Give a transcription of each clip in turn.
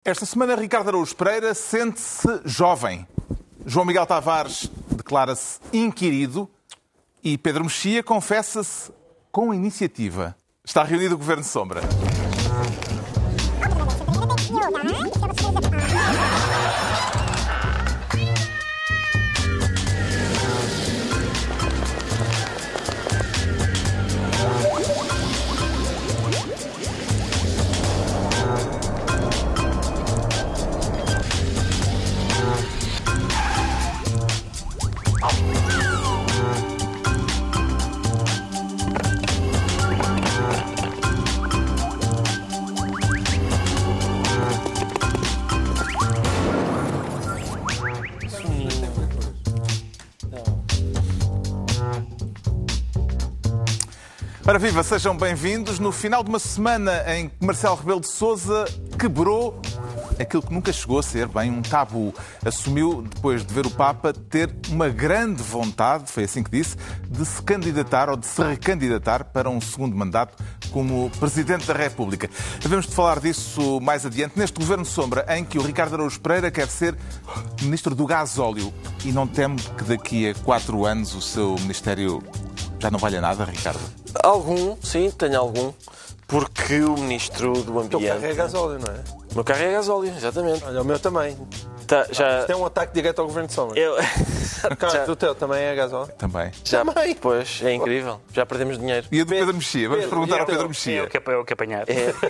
Esta semana, Ricardo Araújo Pereira sente-se jovem. João Miguel Tavares declara-se inquirido e Pedro Mexia confessa-se com iniciativa. Está reunido o Governo Sombra. Ora viva, sejam bem-vindos. No final de uma semana em que Marcelo Rebelo de Sousa quebrou aquilo que nunca chegou a ser bem um tabu. Assumiu, depois de ver o Papa, ter uma grande vontade, foi assim que disse, de se candidatar ou de se recandidatar para um segundo mandato como Presidente da República. Devemos de falar disso mais adiante, neste Governo Sombra, em que o Ricardo Araújo Pereira quer ser Ministro do Gasóleo e não teme que daqui a 4 anos o seu Ministério já não valha nada, Ricardo? Algum, sim, tenho algum. Porque o Ministro do Ambiente... O teu carro é gasóleo, não é? O meu carro é gasóleo, exatamente. Olha, o meu também. Isto é um ataque direto ao Governo de Sombra. O carro do teu também é gasóleo? Também. Também. Pois, é incrível. Já perdemos dinheiro. E a do Pedro Mexia? Vamos perguntar ao Pedro Mexia. É o que apanhar.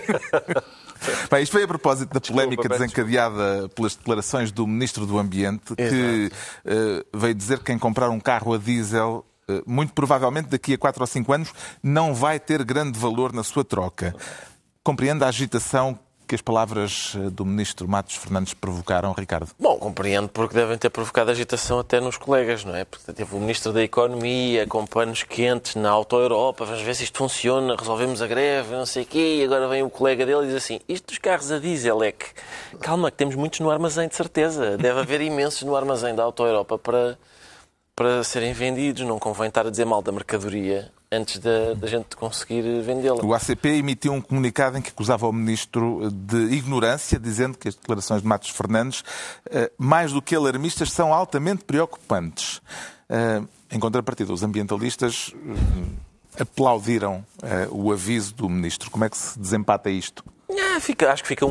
Bem, isto veio a propósito da polémica desencadeada pelas declarações do Ministro do Ambiente, que veio dizer que quem comprar um carro a diesel, muito provavelmente daqui a 4 ou 5 anos, não vai ter grande valor na sua troca. Compreende a agitação que as palavras do Ministro Matos Fernandes provocaram, Ricardo? Bom, compreendo, porque devem ter provocado agitação até nos colegas, não é? Porque teve o Ministro da Economia com panos quentes na Auto Europa, vamos ver se isto funciona, resolvemos a greve, não sei o quê, e agora vem o colega dele e diz assim, isto dos carros a diesel é que... Calma, que temos muitos no armazém, de certeza. Deve haver imensos no armazém da Auto Europa para serem vendidos. Não convém estar a dizer mal da mercadoria antes da gente conseguir vendê-la. O ACP emitiu um comunicado em que acusava o Ministro de ignorância, dizendo que as declarações de Matos Fernandes, mais do que alarmistas, são altamente preocupantes. Em contrapartida, os ambientalistas aplaudiram o aviso do Ministro. Como é que se desempata isto? Acho que fica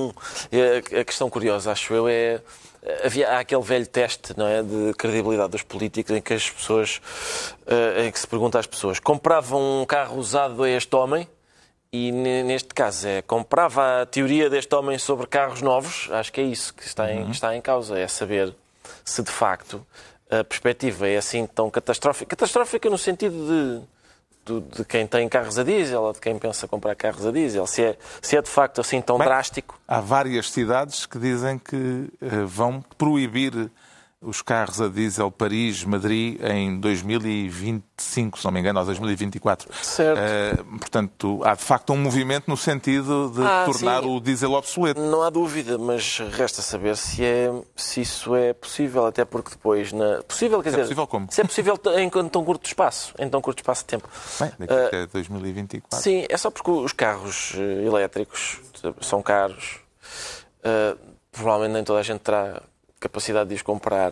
a questão curiosa, acho eu, há aquele velho teste, não é, de credibilidade dos políticos em que as pessoas, em que se pergunta às pessoas, compravam um carro usado a este homem? E neste caso comprava a teoria deste homem sobre carros novos? Acho que é isso que está em causa, é saber se de facto a perspectiva é assim tão catastrófica. Catastrófica no sentido de quem tem carros a diesel ou de quem pensa comprar carros a diesel. Se é de facto assim tão drástico. Há várias cidades que dizem que vão proibir os carros a diesel Paris, Madrid, em 2025, se não me engano, ou 2024. Certo. Portanto, há de facto um movimento no sentido de tornar o diesel obsoleto. Não há dúvida, mas resta saber se isso é possível, até porque depois... Possível, quer dizer... Possível como? Se é possível em tão curto espaço, de tempo. Bem, daqui até 2024. Sim, é só porque os carros elétricos são caros. Provavelmente nem toda a gente terá capacidade de os comprar.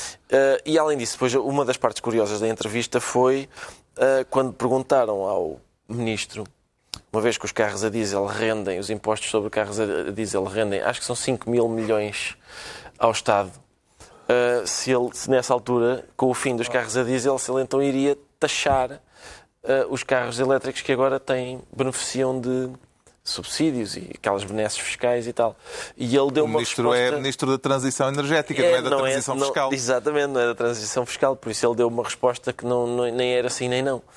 E além disso, depois, uma das partes curiosas da entrevista foi quando perguntaram ao Ministro, uma vez que os carros a diesel rendem, os impostos sobre carros a diesel rendem, acho que são 5 mil milhões ao Estado, se nessa altura, com o fim dos carros a diesel, se ele então iria taxar os carros elétricos que agora beneficiam de subsídios e aquelas benesses fiscais e tal. E ele deu uma resposta... É Ministro da Transição Energética, não é da Transição Fiscal. Exatamente, não é da Transição Fiscal, por isso ele deu uma resposta que nem era sim nem não.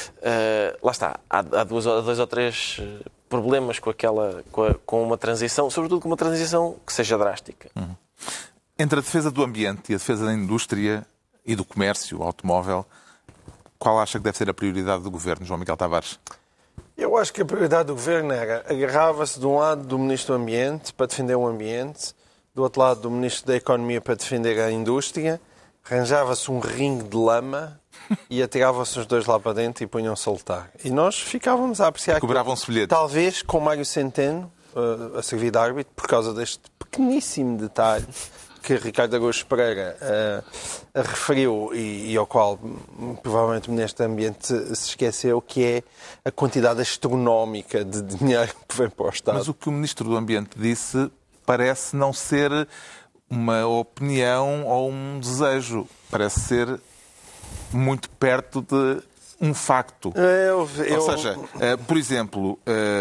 Lá está, há dois ou três problemas com uma transição, sobretudo com uma transição que seja drástica. Entre a defesa do ambiente e a defesa da indústria e do comércio, automóvel, qual acha que deve ser a prioridade do Governo, João Miguel Tavares? Eu acho que a prioridade do Governo agarrava-se de um lado do Ministro do Ambiente para defender o ambiente, do outro lado do Ministro da Economia para defender a indústria, arranjava-se um ringue de lama e atiravam-se os dois lá para dentro e punham-se a lutar. E nós ficávamos a apreciar... Cobravam-se bilhetes. Talvez com Mário Centeno a servir de árbitro por causa deste pequeníssimo detalhe que Ricardo Araújo Pereira referiu e ao qual provavelmente o Ministro do Ambiente se esqueceu, que é a quantidade astronómica de dinheiro que vem para o Estado. Mas o que o Ministro do Ambiente disse parece não ser uma opinião ou um desejo. Parece ser muito perto de um facto. Ou seja, por exemplo,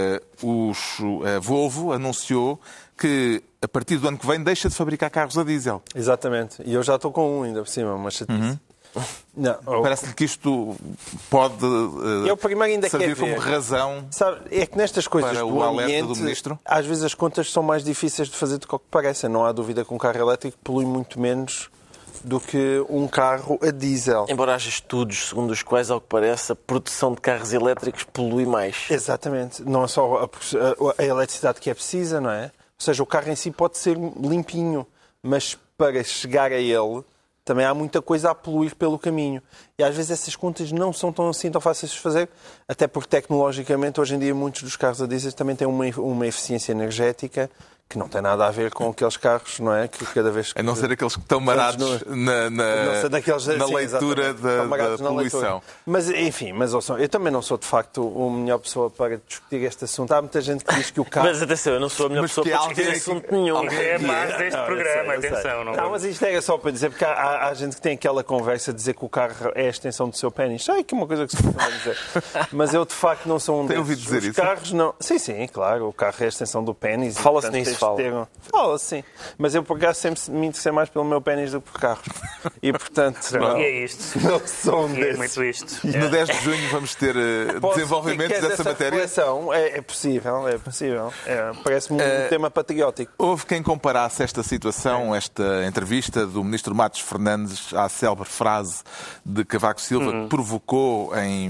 a Volvo anunciou que a partir do ano que vem deixa de fabricar carros a diesel. Exatamente. E eu já estou com um ainda por cima, mas Parece-lhe que isto pode eu primeiro ainda servir quero como ver. razão. Sabe, é que nestas coisas para do o alerta ambiente, do Ministro? às vezes as contas são mais difíceis de fazer do que parecem. Não há dúvida que um carro elétrico polui muito menos do que um carro a diesel. Embora haja estudos segundo os quais, ao que parece, a produção de carros elétricos polui mais. Exatamente. Não é só a eletricidade que é precisa, não é? Ou seja, o carro em si pode ser limpinho, mas para chegar a ele também há muita coisa a poluir pelo caminho. E às vezes essas contas não são tão fáceis de fazer, até porque tecnologicamente hoje em dia muitos dos carros a diesel também têm uma eficiência energética que não tem nada a ver com aqueles carros, não é? Que cada vez que... A não ser aqueles que estão marados na leitura da poluição. Mas, enfim, ouçam, eu também não sou, de facto, a melhor pessoa para discutir este assunto. Há muita gente que diz que o carro... Mas atenção, eu não sou a melhor pessoa para discutir assunto nenhum. É a base deste programa, atenção. Não, mas isto é só para dizer, porque há gente que tem aquela conversa de dizer que o carro é a extensão do seu pênis. Sei que é uma coisa que se costuma dizer. Mas eu, de facto, não sou um desses. Tem ouvido dizer Os isso? carros não... Sim, claro. O carro é a extensão do pênis. Fala-se nisso. Fala, sim. Mas eu, por acaso, sempre me interessei mais pelo meu pênis do que por carros. E, portanto, E é isto. não sou um E é desses. muito isto. E no 10 de junho vamos ter desenvolvimentos dessa matéria. Reflexão? É possível. Parece-me um tema patriótico. Houve quem comparasse esta situação, esta entrevista do Ministro Matos Fernandes à célebre frase de Cavaco Silva, que provocou em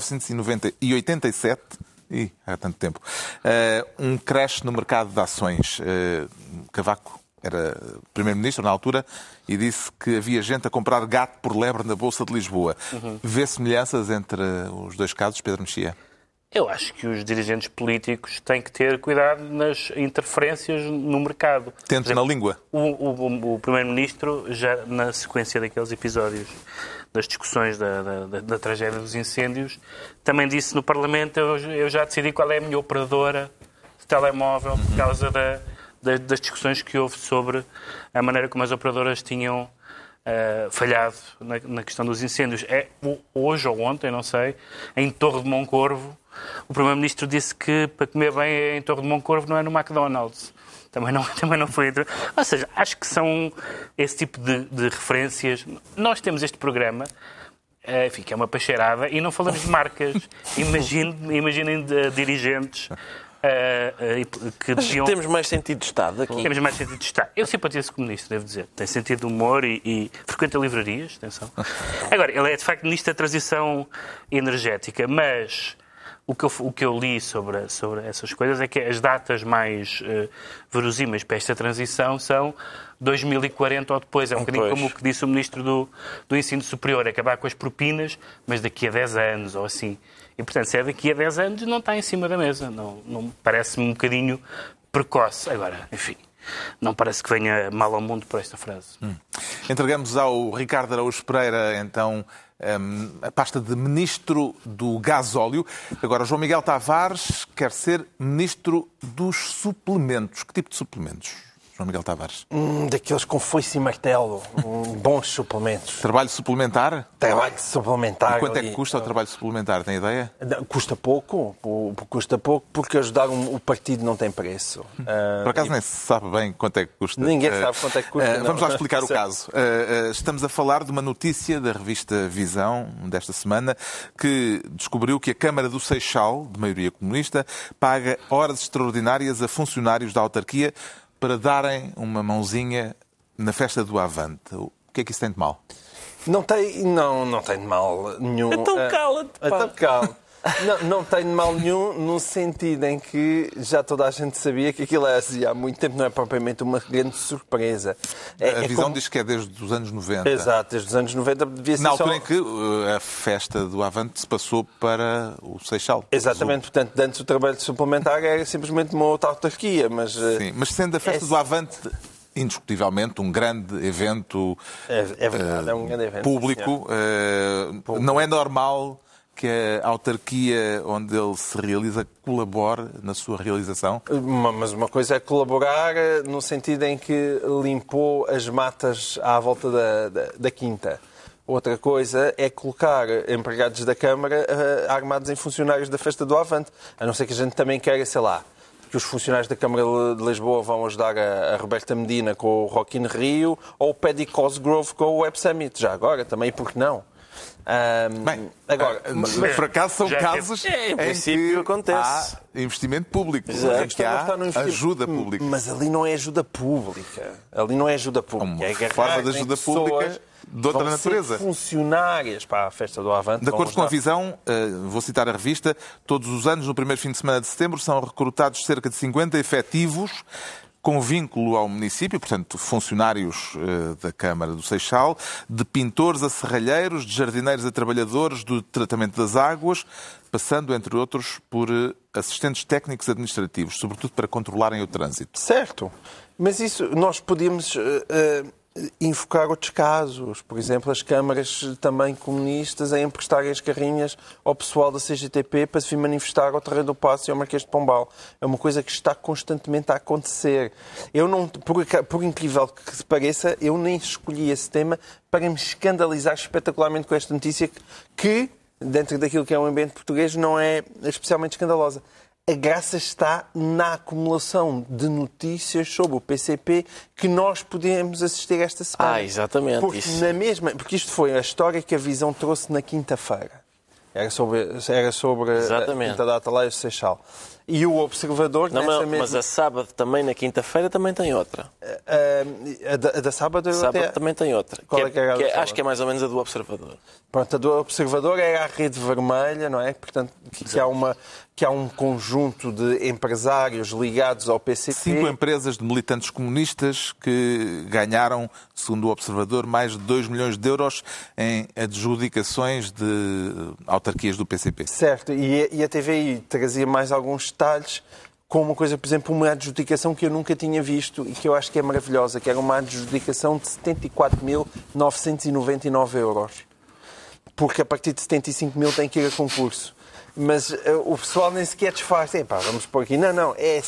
1987, há tanto tempo, um crash no mercado de ações. Cavaco era Primeiro-Ministro na altura e disse que havia gente a comprar gato por lebre na Bolsa de Lisboa. Vê semelhanças entre os dois casos, Pedro Mexia? Eu acho que os dirigentes políticos têm que ter cuidado nas interferências no mercado. Tento na língua. O Primeiro-Ministro, já na sequência daqueles episódios das discussões da tragédia dos incêndios, também disse no Parlamento: eu já decidi qual é a minha operadora de telemóvel por causa das discussões que houve sobre a maneira como as operadoras tinham falhado na questão dos incêndios. Hoje ou ontem, não sei, em Torre de Moncorvo, o Primeiro-Ministro disse que para comer bem em Torre de Moncorvo não é no McDonald's. Também não foi... Ou seja, acho que são esse tipo de referências. Nós temos este programa, enfim, que é uma peixeirada, e não falamos de marcas. Imaginem dirigentes que deviam... Temos mais sentido de Estado aqui. Temos mais sentido de Estado. Eu simpatizo com o Ministro, devo dizer. Tem sentido de humor e frequenta livrarias, atenção. Agora, ele é de facto Ministro da Transição Energética, mas... O que eu li sobre essas coisas é que as datas mais verosímeis para esta transição são 2040 ou depois. É um bocadinho como o que disse o Ministro do Ensino Superior, acabar com as propinas, mas daqui a 10 anos ou assim. E, portanto, se é daqui a 10 anos, não está em cima da mesa. Não parece-me um bocadinho precoce. Agora, enfim, não parece que venha mal ao mundo por esta frase. Entregamos ao Ricardo Araújo Pereira, então, a pasta de Ministro do Gasóleo. Agora, João Miguel Tavares quer ser Ministro dos Suplementos. Que tipo de suplementos, João Miguel Tavares? Daqueles com foice e martelo. Bons suplementos. Trabalho suplementar? Trabalho suplementar. E quanto é que custa o trabalho suplementar? Tem ideia? Custa pouco, porque ajudar o partido não tem preço. Por acaso nem se sabe bem quanto é que custa. Ninguém sabe quanto é que custa. Não. Vamos lá explicar o caso. Estamos a falar de uma notícia da revista Visão, desta semana, que descobriu que a Câmara do Seixal, de maioria comunista, paga horas extraordinárias a funcionários da autarquia para darem uma mãozinha na festa do Avante. O que é que isso tem de mal? Não tem de mal nenhum. Então cala-te, pá. Então cala. Não tenho mal nenhum, no sentido em que já toda a gente sabia que aquilo é assim há muito tempo, não é propriamente uma grande surpresa. A visão diz que é desde os anos 90. Exato, desde os anos 90 devia ser Na altura em que a festa do Avante se passou para o Seixal. Exatamente, portanto, antes o trabalho suplementar era simplesmente uma outra autarquia, mas... Sim, mas sendo a festa do Avante indiscutivelmente um grande evento, É verdade, é um grande evento, público, não é normal que a autarquia onde ele se realiza colabore na sua realização? Mas uma coisa é colaborar no sentido em que limpou as matas à volta da quinta. Outra coisa é colocar empregados da Câmara armados em funcionários da Festa do Avante. A não ser que a gente também queira, sei lá, que os funcionários da Câmara de Lisboa vão ajudar a Roberta Medina com o Rock in Rio ou o Paddy Cosgrove com o Web Summit. Já agora, também, porque não? Agora, por acaso são casos em em princípio que acontece. há investimento público, Exato. em que há ajuda pública. Mas ali não é ajuda pública. Ali não é ajuda pública. Uma É forma de ajuda pública de outra vão natureza. ser funcionárias para a Festa do Avante. De acordo com a visão, vou citar a revista, todos os anos, no primeiro fim de semana de setembro, são recrutados cerca de 50 efetivos com vínculo ao município, portanto, funcionários da Câmara do Seixal, de pintores a serralheiros, de jardineiros a trabalhadores do tratamento das águas, passando, entre outros, por assistentes técnicos administrativos, sobretudo para controlarem o trânsito. Certo. Mas isso, nós podíamos enfocar outros casos. Por exemplo, as câmaras também comunistas a emprestarem as carrinhas ao pessoal da CGTP para se vir manifestar ao Terreiro do Paço e ao Marquês de Pombal. É uma coisa que está constantemente a acontecer. Eu não, por incrível que se pareça, eu nem escolhi esse tema para me escandalizar espetacularmente com esta notícia que, dentro daquilo que é o ambiente português, não é especialmente escandalosa. A graça está na acumulação de notícias sobre o PCP que nós podemos assistir esta semana. Exatamente. Porque isto foi a história que a Visão trouxe na quinta-feira. Era sobre a quinta data lá e o Seixal. E o Observador... Mas a sábado também, na quinta-feira, também tem outra. A da sábado... Sábado também tem outra. Qual é que era a do sábado? Acho que é mais ou menos a do Observador. Pronto, a do Observador é a Rede Vermelha, não é? Portanto, que há um conjunto de empresários ligados ao PCP. 5 empresas de militantes comunistas que ganharam, segundo o Observador, mais de 2 milhões de euros em adjudicações de autarquias do PCP. Certo, e a TVI trazia mais alguns detalhes, com uma coisa, por exemplo, uma adjudicação que eu nunca tinha visto e que eu acho que é maravilhosa, que era uma adjudicação de 74.999 euros. Porque a partir de 75 mil tem que ir a concurso. Mas o pessoal nem sequer desfaz. Vamos pôr aqui. Não, é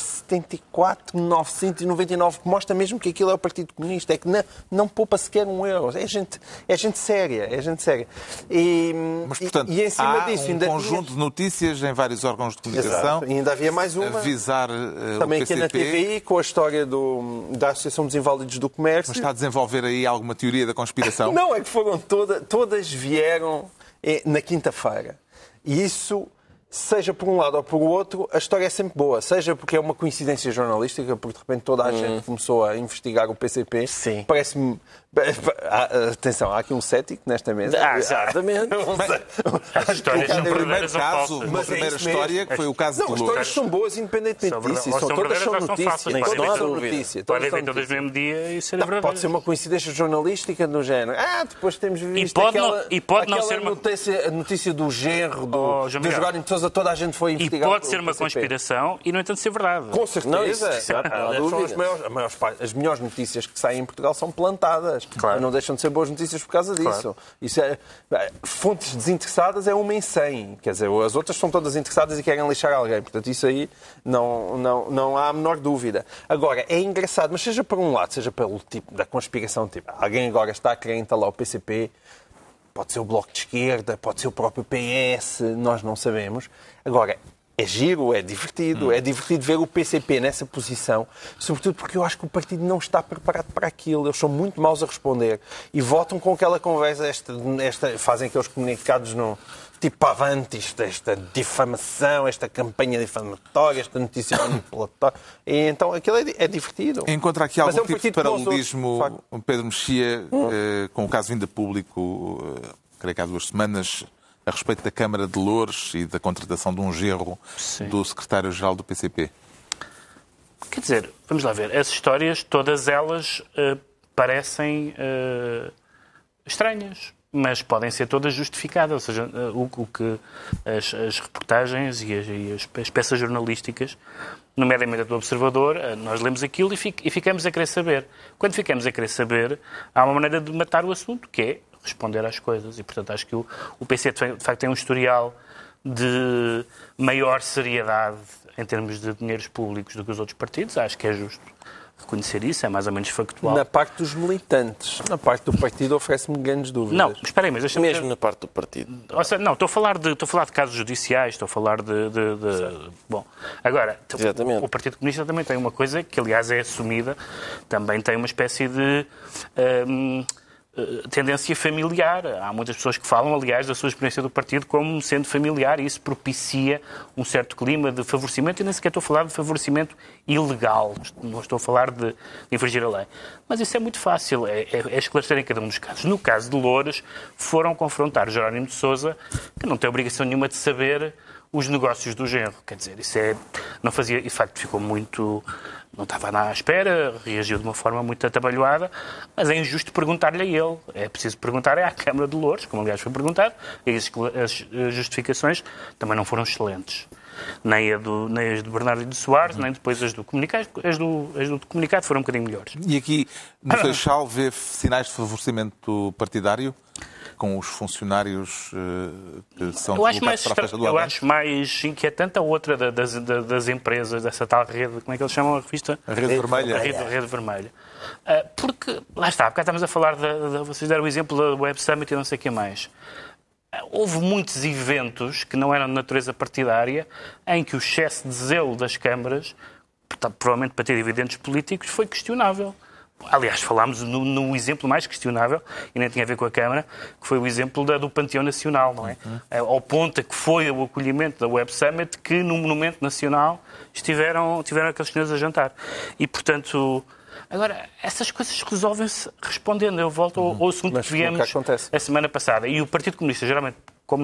74.999, que mostra mesmo que aquilo é o Partido Comunista. É que não poupa sequer um euro. É gente séria. Mas, portanto, e em cima há disso, um conjunto de notícias em vários órgãos de comunicação. Exato. E ainda havia mais uma. Avisar também o PCP. Aqui na TVI, com a história da Associação dos Inválidos do Comércio. Mas está a desenvolver aí alguma teoria da conspiração? Não, é que foram todas vieram na quinta-feira. E isso, seja por um lado ou por outro, a história é sempre boa. Seja porque é uma coincidência jornalística, porque de repente toda a gente começou a investigar o PCP. Sim. Parece-me... Atenção, há aqui um cético nesta mesa. Exatamente. As histórias são verdadeiras ou falsas. Uma primeira história que foi o caso de As Lourdes. histórias são boas independentemente disso. Todas são notícias. Podem vir todas no mesmo dia e ser verdade. Pode ser uma coincidência jornalística do género. Depois temos visto a notícia do genro do Jerónimo de Sousa, toda a gente foi investigar. E pode ser uma conspiração e, no entanto, ser verdade. Com certeza. As melhores notícias que saem em Portugal são plantadas. Claro. Não deixam de ser boas notícias por causa disso. Claro. Isso fontes desinteressadas é 1 em 100. Quer dizer, as outras são todas interessadas e querem lixar alguém. Portanto, isso aí não há a menor dúvida. Agora, é engraçado, mas seja por um lado, seja pelo tipo da conspiração, tipo, alguém agora está a querer instalar o PCP, pode ser o Bloco de Esquerda, pode ser o próprio PS, nós não sabemos. Agora, é giro, é divertido ver o PCP nessa posição, sobretudo porque eu acho que o partido não está preparado para aquilo, eles são muito maus a responder e votam com aquela conversa, fazem aqueles comunicados no tipo avante, esta difamação, esta campanha difamatória, esta notícia manipulatória, e então aquilo é divertido. Encontra aqui algum tipo de paralelismo, Pedro Mexia, com o caso vindo a público, creio que há 2 semanas, a respeito da Câmara de Loures e da contratação de um genro do secretário-geral do PCP? Quer dizer, vamos lá ver, as histórias, todas elas parecem estranhas, mas podem ser todas justificadas. Ou seja, o que as reportagens e as peças jornalísticas, nomeadamente do Observador, nós lemos aquilo e ficamos a querer saber. Quando ficamos a querer saber, há uma maneira de matar o assunto, que é responder às coisas. E, portanto, acho que o PC, de facto, tem um historial de maior seriedade em termos de dinheiros públicos do que os outros partidos. Acho que é justo reconhecer isso, é mais ou menos factual. Na parte dos militantes. Na parte do partido oferece-me grandes dúvidas. Não, espera aí, mas deixa-me... Mesmo na parte do partido. Ou seja, não, estou a falar de casos judiciais, estou a falar de... Bom, agora, exatamente. O Partido Comunista também tem uma coisa que, aliás, é assumida, também tem uma espécie de... tendência familiar. Há muitas pessoas que falam, aliás, da sua experiência do partido como sendo familiar e isso propicia um certo clima de favorecimento e nem sequer estou a falar de favorecimento ilegal. Não estou a falar de infringir a lei. Mas isso é muito fácil, é esclarecer em cada um dos casos. No caso de Loures, foram confrontar Jerónimo de Sousa, que não tem obrigação nenhuma de saber os negócios do genro. Quer dizer, isso não fazia... De facto, ficou muito... Não estava nada à espera, reagiu de uma forma muito atabalhoada, mas é injusto perguntar-lhe a ele. É preciso perguntar à Câmara de Loures, como aliás foi perguntado, e as justificações também não foram excelentes. Nem as do Bernardo de Soares, nem depois as do Comunicado. As do Comunicado foram um bocadinho melhores. E aqui, no Seixal, vê sinais de favorecimento partidário? Com os funcionários que são deslocados para a festa do Avante? Eu acho mais inquietante a outra das empresas, dessa tal rede, como é que eles chamam a revista? A Rede Vermelha. A Rede Vermelha. Porque, lá está, porque estamos a falar, vocês deram o exemplo da Web Summit e não sei o que mais. Houve muitos eventos que não eram de natureza partidária, em que o excesso de zelo das câmaras, provavelmente para ter dividendos políticos, foi questionável. Aliás, falámos no exemplo mais questionável, e nem tinha a ver com a Câmara, que foi o exemplo do Panteão Nacional, não é? Ao ponto que foi o acolhimento da Web Summit, que no Monumento Nacional tiveram aqueles senhores a jantar. E, portanto, agora, essas coisas resolvem-se respondendo. Eu volto ao assunto que viemos a semana passada. E o Partido Comunista, geralmente, como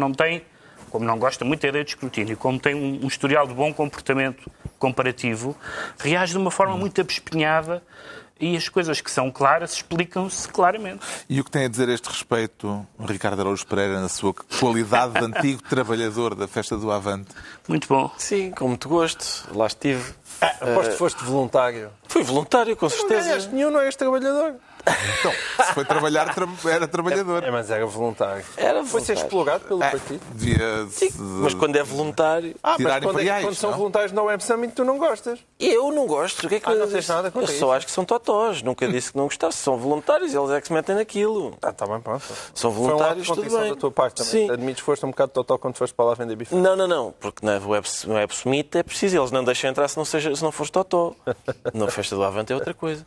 não gosta muito da ideia de escrutínio, como tem um historial de bom comportamento comparativo, reage de uma forma muito abespinhada. E as coisas que são claras explicam-se claramente. E o que tem a dizer a este respeito Ricardo Araújo Pereira na sua qualidade de antigo trabalhador da Festa do Avante? Muito bom. Sim, com muito gosto. Lá estive. Aposto que foste voluntário. Fui voluntário, com certeza. Não ganhaste nenhum, não és trabalhador. Então, se foi trabalhar, era trabalhador. Mas era voluntário. Era Foi ser explorado pelo partido. Sim, mas quando é voluntário... Mas tirar quando imperiais, são não? voluntários na Web Summit, tu não gostas. Eu não gosto. O que é que não tens nada contra eu isso? só acho que são totós. Nunca disse que não gostasse. São voluntários, eles é que se metem naquilo. Está bem, pronto. São Foi um ato voluntários, de tudo contrição bem. da tua parte também. Sim. Admites que foste um bocado totó quando foste para lá vender bife. Não. Porque na Web Summit é preciso. Eles não deixam entrar se não fores totó. Na Festa do Avante é outra coisa.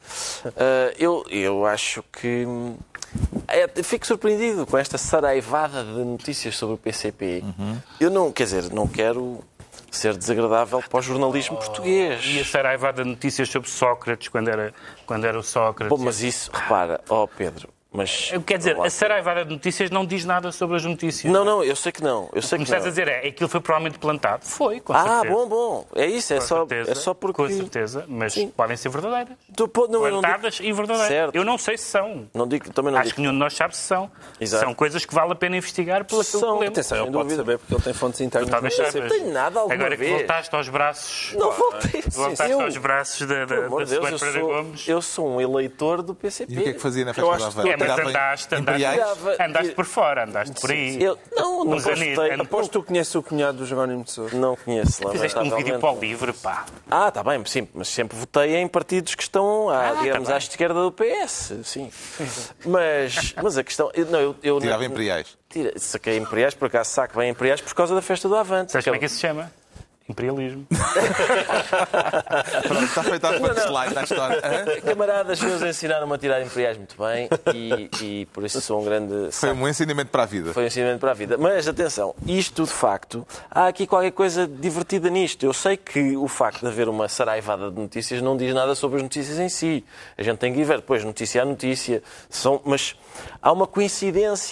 Eu acho que... Fico surpreendido com esta saraivada de notícias sobre o PCP. Eu não quero ser desagradável para o jornalismo português. E a saraivada de notícias sobre Sócrates, quando era o Sócrates. Bom, mas isso, repara, Pedro, mas... Quer dizer, a saraivada de notícias não diz nada sobre as notícias. Não, eu sei que não. O que me estás a dizer aquilo foi provavelmente plantado. Foi, com certeza. Bom. É isso, é só porque... Com certeza, mas Sim. podem ser verdadeiras. Não, Plantadas e verdadeiras. Certo. Eu não sei se são. Também não Acho que nenhum de nós sabe se são. Exato. São coisas que vale a pena investigar pelo aquilo que lemos. Atenção, ele Sem pode dúvida. saber porque ele tem fontes internas. Talvez no saibas. PCP. Não tenho nada alguma Agora vez. que voltaste aos braços... Não voltei. Voltaste aos braços da Pelo amor de Deus, Soares Pereira Gomes. eu sou um eleitor do PCP. E o que é que fazia na Festa do acho que Avante? Mas Tirava imperiais? andaste por fora, andaste por aí. Não Uns postei. anos. Aposto que tu conheces o cunhado do Jerónimo de Sousa. Não conheço, Fizeste um vídeo para o livre, pá. Está bem, sim, mas sempre votei em partidos que estão, digamos, tá à esquerda do PS, sim. Mas a questão... Eu Tirava imperiais. Saquei imperiais, por acaso saco bem imperiais por causa da Festa do Avante. Sabes como é que isso se chama? Imperialismo. Pronto, está feita a punchline da história. Camaradas meus ensinaram-me a tirar imperiais muito bem e por isso sou um grande... Foi um ensinamento para a vida. Foi um ensinamento para a vida. Mas, atenção, isto, de facto, há aqui qualquer coisa divertida nisto. Eu sei que o facto de haver uma saraivada de notícias não diz nada sobre as notícias em si. A gente tem que ir ver depois notícia a notícia. Mas há uma coincidência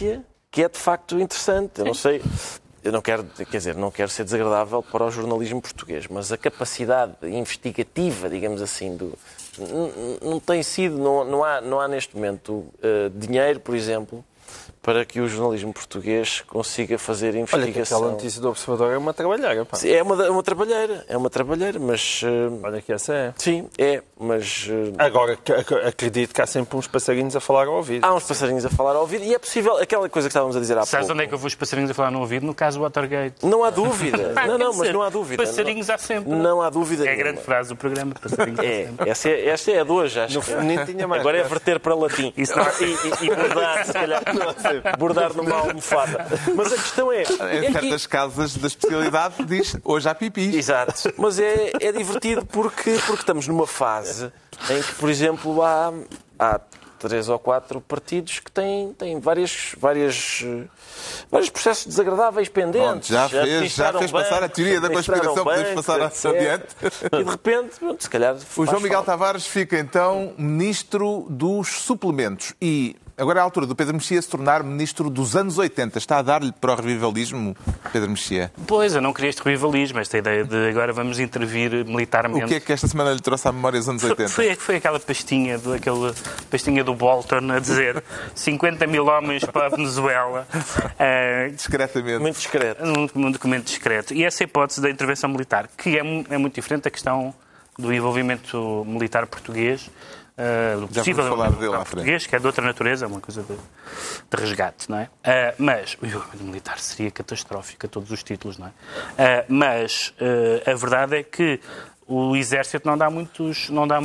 que é de facto interessante. Eu não sei, eu não quero, não quero ser desagradável para o jornalismo português, mas a capacidade investigativa, digamos assim, não tem sido, não há neste momento dinheiro, por exemplo, para que o jornalismo português consiga fazer investigação. Olha, que aquela notícia do Observador é uma trabalheira, pá. É uma trabalheira, mas... Olha que essa é. Sim, mas... Agora, acredito que há sempre uns passarinhos a falar ao ouvido. Há uns passarinhos a falar ao ouvido e é possível, aquela coisa que estávamos a dizer há pouco... Sabes onde é que eu vou os passarinhos a falar no ouvido? No caso Watergate. Não há dúvida. Mas não há dúvida. Passarinhos há sempre. Não há dúvida É a grande frase do programa, passarinhos há sempre. Esta é a de hoje, acho. No feminino tinha mais. Agora é verter para latim. Isso não... E bordar, se calhar. Bordar numa almofada. Mas a questão é... Em certas casas da especialidade diz hoje há pipi. Exato. Mas é divertido porque estamos numa fase em que, por exemplo, há 3 ou 4 partidos que têm vários processos desagradáveis pendentes. Pronto, já fez passar a teoria da conspiração, podemos passar adiante. E de repente, se calhar... O João Miguel Tavares fica então Ministro dos Suplementos e... Agora é a altura do Pedro Mexia se tornar Ministro dos anos 80. Está a dar-lhe para o revivalismo, Pedro Mexia? Pois, eu não queria este revivalismo, esta ideia de agora vamos intervir militarmente. O que é que esta semana lhe trouxe à memória dos anos 80? Foi aquela pastinha do Bolton a dizer 50 mil homens para a Venezuela. Discretamente. Muito discreto. Um documento discreto. E essa hipótese da intervenção militar, que é muito diferente da questão do envolvimento militar português, do possível envolvimento português, que é de outra natureza, é uma coisa de resgate, não é? Mas o envolvimento militar seria catastrófico a todos os títulos, não é? Mas a verdade é que o Exército não dá muitos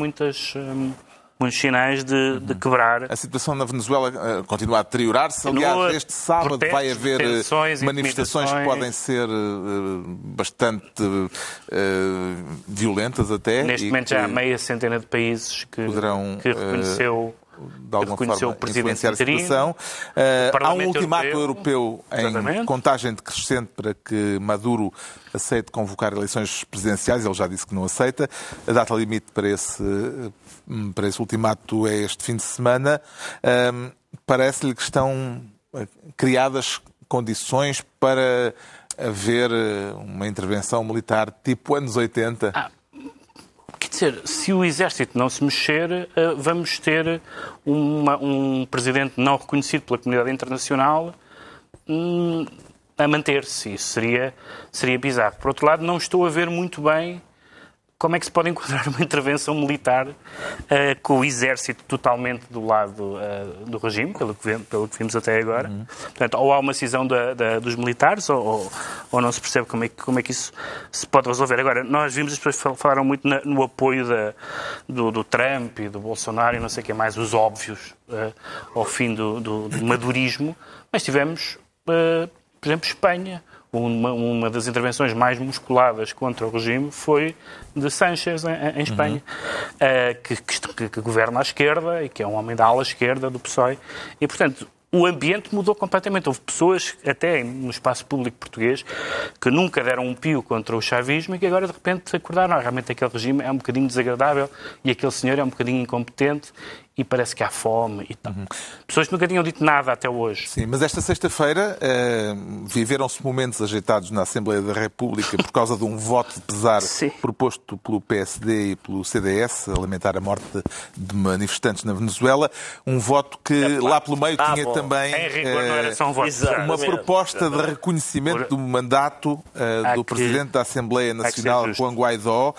sinais de quebrar. A situação na Venezuela continua a deteriorar-se. Aliás, este sábado vai haver manifestações que podem ser bastante violentas até. Neste momento já há meia centena de países que reconheceu de alguma forma, o presidente influenciar a situação. Há um ultimato europeu em contagem decrescente para que Maduro aceite convocar eleições presidenciais. Ele já disse que não aceita. A data limite para esse ultimato é este fim de semana. Parece-lhe que estão criadas condições para haver uma intervenção militar tipo anos 80? Quer dizer, se o Exército não se mexer, vamos ter um presidente não reconhecido pela comunidade internacional a manter-se. Isso seria bizarro. Por outro lado, não estou a ver muito bem como é que se pode enquadrar uma intervenção militar com o Exército totalmente do lado do regime, pelo que vimos até agora. Portanto, ou há uma cisão dos militares, ou não se percebe como é que isso se pode resolver. Agora, nós vimos, as pessoas falaram muito no apoio do Trump e do Bolsonaro e não sei o que mais, os óbvios, ao fim do madurismo, mas tivemos, por exemplo, Espanha. Uma das intervenções mais contra o regime foi de Sánchez em Espanha, que governa à esquerda e que é um homem da ala esquerda do PSOE. E, portanto, o ambiente mudou completamente. Houve pessoas, até no espaço público português, que nunca deram um pio contra o chavismo e que agora, de repente, acordaram. Realmente aquele regime é um bocadinho desagradável e aquele senhor é um bocadinho incompetente e parece que há fome e tal. Pessoas que nunca tinham dito nada até hoje. Sim, mas esta sexta-feira viveram-se momentos ajeitados na Assembleia da República por causa de um voto de pesar proposto pelo PSD e pelo CDS a lamentar a morte de manifestantes na Venezuela. Um voto que lá pelo meio tinha também uma proposta de reconhecimento do mandato do Presidente da Assembleia Nacional, Juan Guaidó.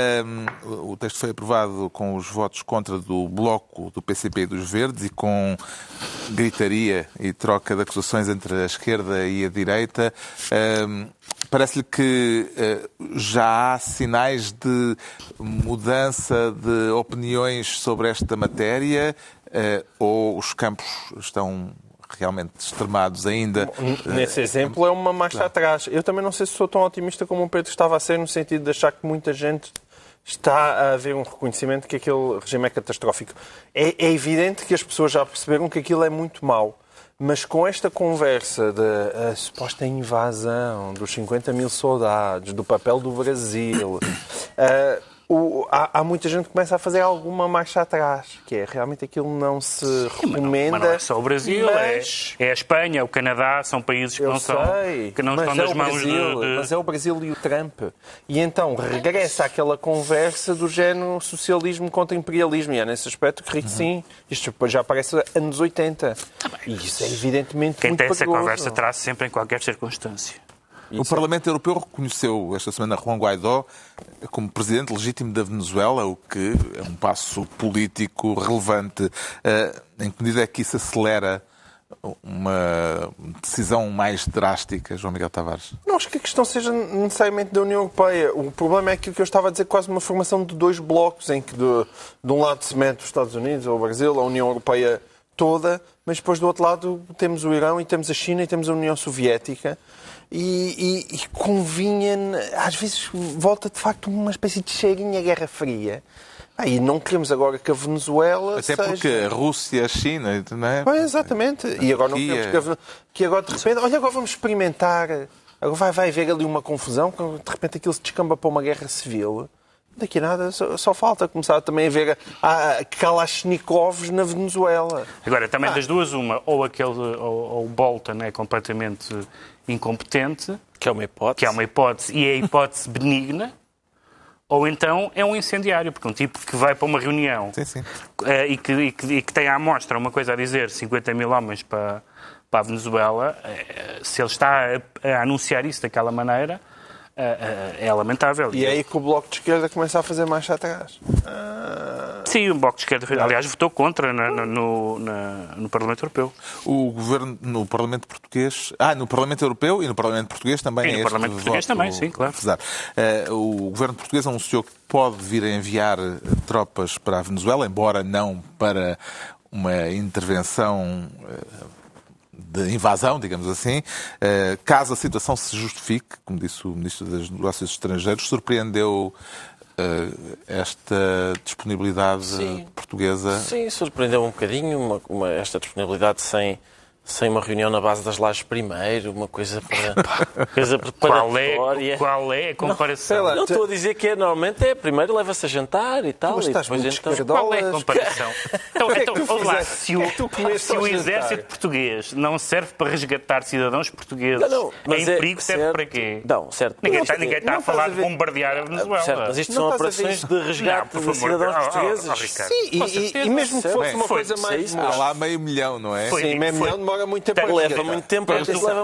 O texto foi aprovado com os votos contra do Bloco, do PCP e dos Verdes e com gritaria e troca de acusações entre a esquerda e a direita. Parece-lhe que já há sinais de mudança de opiniões sobre esta matéria ou os campos estão realmente extremados ainda? Nesse exemplo é uma marcha atrás. Eu também não sei se sou tão otimista como o Pedro estava a ser, no sentido de achar que muita gente está a haver um reconhecimento que aquele regime é catastrófico. É evidente que as pessoas já perceberam que aquilo é muito mau, mas com esta conversa da suposta invasão, dos 50 mil soldados, do papel do Brasil, há muita gente que começa a fazer alguma marcha atrás, que é realmente aquilo não se recomenda. Mas não é só o Brasil, mas... é a Espanha, o Canadá, são países que não estão nas mãos Mas é o Brasil e o Trump. E então regressa àquela conversa do género socialismo contra imperialismo. E é nesse aspecto que sim, isto depois já parece anos 80. E isso é evidentemente quem muito tem essa perigoso. conversa traz sempre em qualquer circunstância. O Parlamento Europeu reconheceu esta semana Juan Guaidó como presidente legítimo da Venezuela, o que é um passo político relevante. Em que medida é que isso acelera uma decisão mais drástica, João Miguel Tavares? Não acho que a questão seja necessariamente da União Europeia. O problema é aquilo que eu estava a dizer, quase uma formação de dois blocos, em que de um lado se mete os Estados Unidos ou o Brasil, a União Europeia toda, mas depois do outro lado temos o Irão e temos a China e temos a União Soviética. E convinha, às vezes volta de facto uma espécie de cheirinho à Guerra Fria. E não queremos agora que a Venezuela Até porque a Rússia, a China, não é? Pois, exatamente. E agora não queremos que agora de repente, olha, agora vamos experimentar, agora vai haver ali uma confusão, de repente aquilo se descamba para uma guerra civil. Daqui a nada só falta começar também a ver Kalashnikovs na Venezuela. Agora, também das duas, uma, ou o Bolton é completamente incompetente, que é uma hipótese, e é a hipótese benigna, ou então é um incendiário, porque um tipo que vai para uma reunião e que tem à amostra uma coisa a dizer, 50 mil homens para a Venezuela, se ele está a anunciar isso daquela maneira, é lamentável. E é aí que o Bloco de Esquerda começa a fazer marcha atrás. Sim, o Bloco de Esquerda, aliás, votou contra no Parlamento Europeu. O governo no Parlamento Português... no Parlamento Europeu e no Parlamento Português também e no Parlamento Português também, sim, claro. O governo português anunciou que pode vir a enviar tropas para a Venezuela, embora não para uma intervenção de invasão, digamos assim, caso a situação se justifique, como disse o Ministro dos Negócios Estrangeiros. Surpreendeu esta disponibilidade portuguesa? Sim, surpreendeu um bocadinho esta disponibilidade sem uma reunião na base das lajes primeiro, uma coisa preparatória. Qual é a comparação? Não estou a dizer que normalmente primeiro leva-se a jantar e tal. Mas estás muito Qual é a comparação? Se o exército português não serve para resgatar cidadãos portugueses, em perigo serve para quê? Não, certo. Ninguém está a falar de bombardear a Venezuela. Certo, mas isto são operações de resgate de cidadãos portugueses. Sim, e mesmo que fosse uma coisa mais... Há lá meio milhão, não é? Sim, meio milhão demora muito tempo. Leva muito tempo.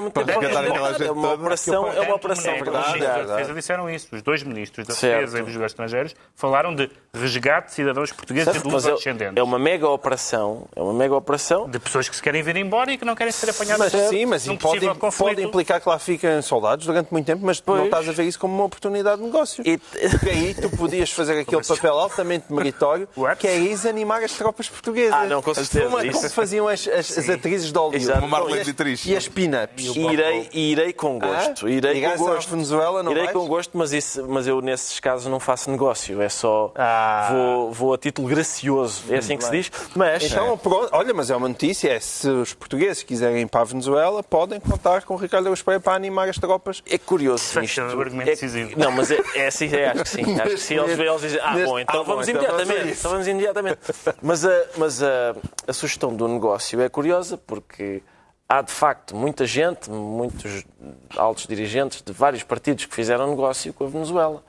É uma operação verdade. Os defesa disseram isso. Os dois ministros da Defesa e dos Negócios Estrangeiros falaram de resgate de cidadãos portugueses e de luso-descendentes. É uma mega operação. De pessoas que se querem vir embora e que não querem ser apanhadas. Mas pode implicar que lá fiquem soldados durante muito tempo, mas não estás a ver isso como uma oportunidade de negócio. Porque aí tu podias fazer aquele papel altamente meritório, que é desanimar as tropas portuguesas. Não, com certeza. Como faziam as atrizes de Hollywood. E as pin-ups. Irei com gosto. Irei com gosto. Venezuela, não irei com gosto, mas eu nesses casos não faço negócio. É só vou a título gracioso. É assim que se diz. Mas então, pronto, olha, mas é uma notícia. Se os portugueses quiserem ir para a Venezuela, podem contar com o Ricardo Araújo Pereira para animar as tropas. É curioso isto. É um argumento decisivo. Não, mas acho que sim. Acho que sim. Eles dizem, então vamos imediatamente. Mas a sugestão do negócio é curiosa porque há, de facto, muita gente, muitos altos dirigentes de vários partidos que fizeram negócio com a Venezuela.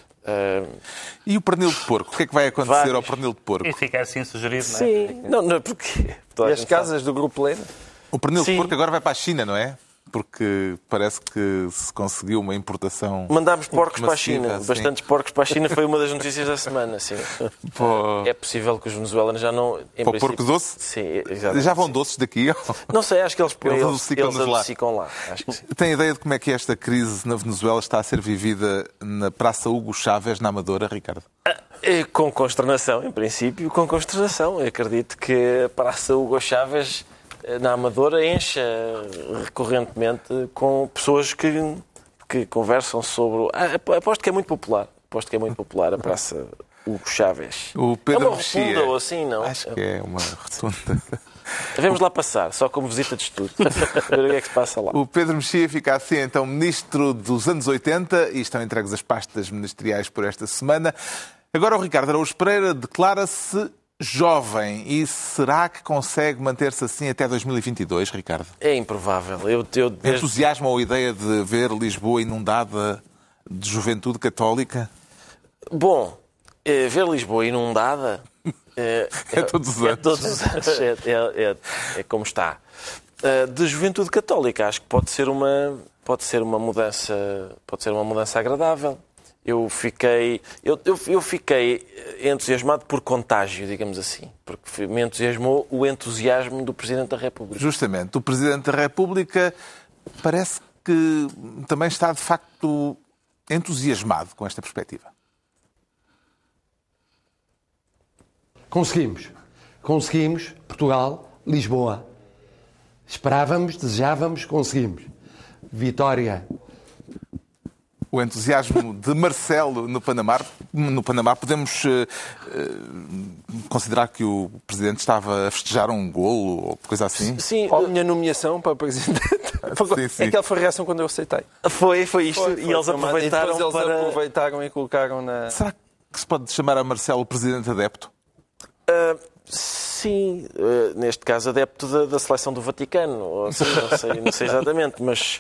E o pernil de porco? O que é que vai acontecer ao pernil de porco? E fica assim sugerido, não é? Sim. Não, porque... E as casas do Grupo Lena? O pernil de porco agora vai para a China, não é? Porque parece que se conseguiu uma importação... Mandámos porcos para a China. Bastantes porcos para a China foi uma das notícias da semana, sim. Pô. É possível que os venezuelanos já não... Para o porco doce? Sim, exatamente. Já vão doces daqui? Não sei, acho que eles adocicam lá. Acho que sim. Tem ideia de como é que esta crise na Venezuela está a ser vivida na Praça Hugo Chávez, na Amadora, Ricardo? Com consternação, em princípio, com consternação. Eu acredito que a Praça Hugo Chávez na Amadora encha recorrentemente com pessoas que conversam sobre... Aposto que é muito popular. A Praça Hugo Chávez. O Pedro é uma rotunda ou assim, não? Acho que é uma rotunda. Devemos lá passar, só como visita de estudo. Ver o que é que se passa lá. O Pedro Mexia fica assim, então, ministro dos anos 80 e estão entregues as pastas ministeriais por esta semana. Agora o Ricardo Araújo Pereira declara-se jovem. E será que consegue manter-se assim até 2022, Ricardo? É improvável. Entusiasma a ideia de ver Lisboa inundada de juventude católica? Bom, ver Lisboa inundada... É todos os anos. É todos os anos. É como está. De juventude católica, acho que pode ser uma mudança agradável. Eu fiquei entusiasmado por contágio, digamos assim, porque me entusiasmou o entusiasmo do Presidente da República. Justamente. O Presidente da República parece que também está, de facto, entusiasmado com esta perspectiva. Conseguimos. Portugal, Lisboa. Esperávamos, desejávamos, conseguimos. Vitória. O entusiasmo de Marcelo no Panamá, podemos considerar que o Presidente estava a festejar um golo ou coisa assim? Sim, Ou a minha nomeação para Presidente. Sim. Aquela foi a reação quando eu aceitei. Foi isto. E eles aproveitaram aproveitaram e colocaram na... Será que se pode chamar a Marcelo Presidente adepto? Sim, neste caso adepto da seleção do Vaticano. Ou assim, não sei exatamente, mas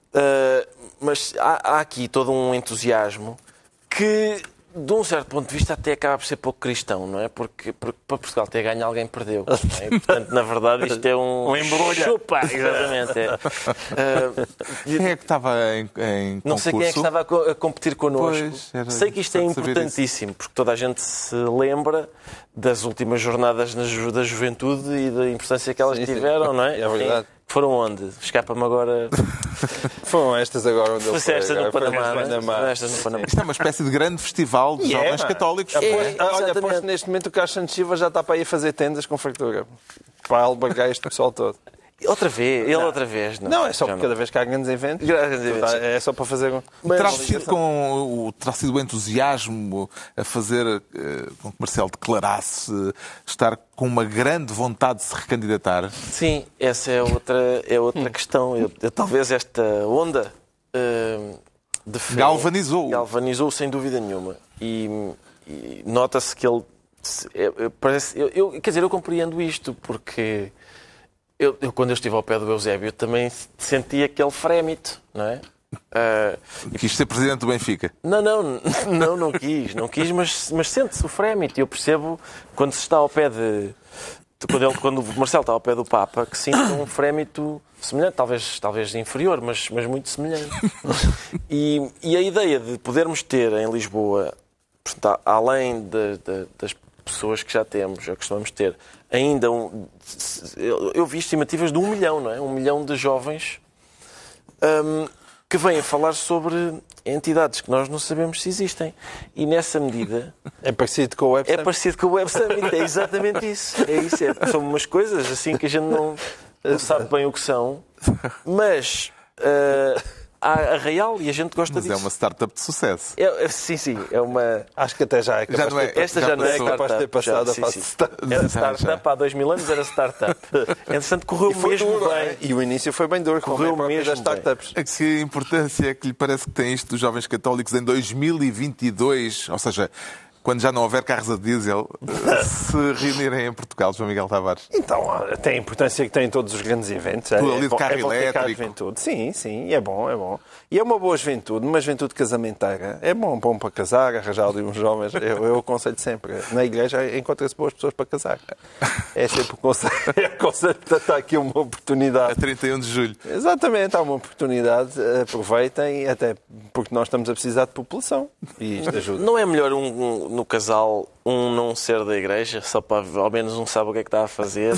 há aqui todo um entusiasmo que, de um certo ponto de vista, até acaba por ser pouco cristão, não é? Porque para Portugal ter ganho, alguém perdeu. Não é? E, portanto, na verdade, isto é um embrulho. Chupa, exatamente. Quem é que estava em concurso? Não sei quem é que estava a competir connosco. Sei que isto é importantíssimo, porque toda a gente se lembra das últimas jornadas da juventude e da importância que elas tiveram, não é? É verdade. Foram onde? Escapa-me agora... Foram estas agora onde eu Foi estas no Panamá. Isto é uma espécie de grande festival de jovens católicos. Olha, aposto neste momento o Carlos Santos Silva já está para ir fazer tendas com fartura. Para albergar este pessoal todo. Outra vez. Não, é só porque cada vez que há grandes eventos. É só para fazer... Terá sido o entusiasmo a fazer com que Marcelo declarasse estar com uma grande vontade de se recandidatar? Sim, essa é outra questão. Talvez esta onda de fé... Galvanizou, sem dúvida nenhuma. E nota-se que ele... eu compreendo isto, porque... quando eu estive ao pé do Eusébio, também senti aquele frémito, não é? Quis ser presidente do Benfica? Não quis, mas sente-se o frémito. Eu percebo quando se está ao pé quando o Marcelo está ao pé do Papa, que sinto um frémito semelhante, talvez inferior, mas muito semelhante. E a ideia de podermos ter em Lisboa, portanto, além das pessoas que já temos, já costumamos ter, ainda eu vi estimativas de 1 milhão, não é? 1 milhão de jovens que vêm a falar sobre entidades que nós não sabemos se existem. E nessa medida... É parecido com o Web Summit. É parecido com o Web Summit, é exatamente isso. São umas coisas assim que a gente não sabe bem o que são, mas... há a real e a gente gosta disso. Mas é uma startup de sucesso. Sim, é uma... Acho que até já é capaz esta já não é capaz de ter passado a fase de startup. Era startup há 2000 anos, era startup. Entretanto, correu mesmo bem. E o início foi bem duro, correu mesmo das startups. Que importância é que lhe parece que tem isto dos jovens católicos em 2022, ou seja, quando já não houver carros a diesel, se reunirem em Portugal, João Miguel Tavares? Então, tem a importância que tem em todos os grandes eventos. Tudo ali de carro elétrico. Juventude. Sim, é bom. E é uma boa juventude, uma juventude casamenteira. É bom para casar, arranjar ali uns jovens. Eu aconselho sempre. Na igreja encontra-se boas pessoas para casar. É sempre o conselho. Está aqui uma oportunidade. A 31 de julho. Exatamente, há uma oportunidade. Aproveitem, até porque nós estamos a precisar de população. E isto ajuda. Não é melhor no casal não ser da igreja, só para ao menos um sabe o que é que está a fazer?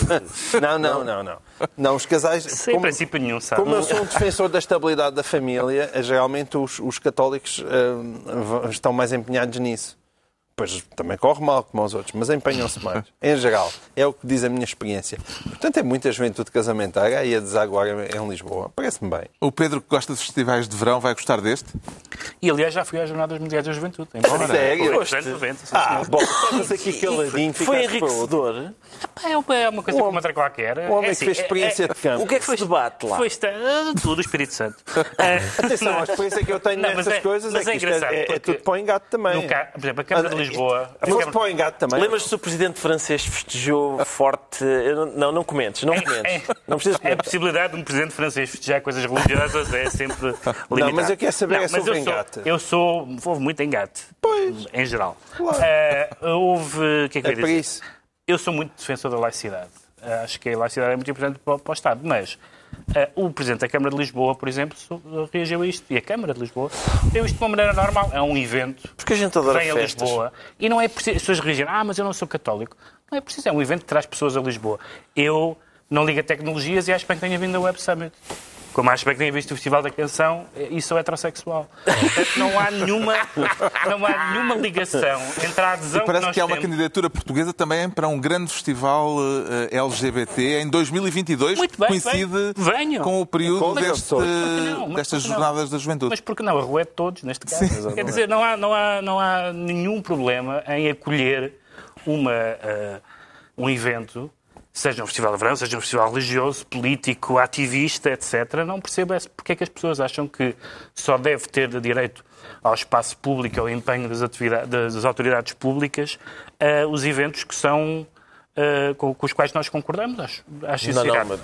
Não, os casais... Sem princípio nenhum, sabe? Como eu sou um defensor da estabilidade da família, geralmente os católicos estão mais empenhados nisso. Pois também corre mal como os outros, mas empenham-se mais. Em geral, é o que diz a minha experiência. Portanto, é muita juventude casamenteira aí a desaguar em Lisboa. Parece-me bem. O Pedro, que gosta de festivais de verão, vai gostar deste? E, aliás, já fui às Jornadas Mundiais da Juventude. Sério? Bom, Estamos aqui caladinho. Foi enriquecedor. É uma coisa como outra qualquer. Um homem que fez experiência de campo. O que é que se debate lá? Tudo o Espírito Santo. Atenção, a experiência que eu tenho nessas coisas é que isto é tudo para o engate também. Por exemplo, a Câmara de Lisboa... Fosse para o engate também. Lembras-te, o presidente francês festejou forte... Não comentes. Não precisas A comentar. possibilidade de um presidente francês festejar coisas religiosas é sempre limitada. Não, mas eu quero saber sobre o engate. Houve muito engate. Pois. Em geral. Claro. O que é que eu ia É para dizer? isso. Eu sou muito defensor da laicidade. Acho que a laicidade é muito importante para o Estado. Mas o Presidente da Câmara de Lisboa, por exemplo, reagiu a isto. E a Câmara de Lisboa deu isto de uma maneira normal. É um evento. Porque a gente adora vem a festas. Lisboa. E não é preciso... As pessoas reagem. Mas eu não sou católico. Não é preciso. É um evento que traz pessoas a Lisboa. Eu não ligo a tecnologias e acho bem que tenha vindo a Web Summit. Como acho bem que tenha visto o Festival da Canção, e sou heterossexual. Portanto, não há nenhuma ligação entre a adesão que Parece nós que há uma temos... candidatura portuguesa também para um grande festival LGBT em 2022, Muito bem, que coincide venham. com o período Mas destas porque não? jornadas da juventude. Mas porque não? A rua é de todos, neste caso. Quer dizer, não há nenhum problema em acolher um evento, seja um festival de verão, seja um festival religioso, político, ativista, etc. Não percebo porque é que as pessoas acham que só deve ter direito ao espaço público, ao empenho das autoridades públicas, os eventos que são... com os quais nós concordamos, acho isso errado.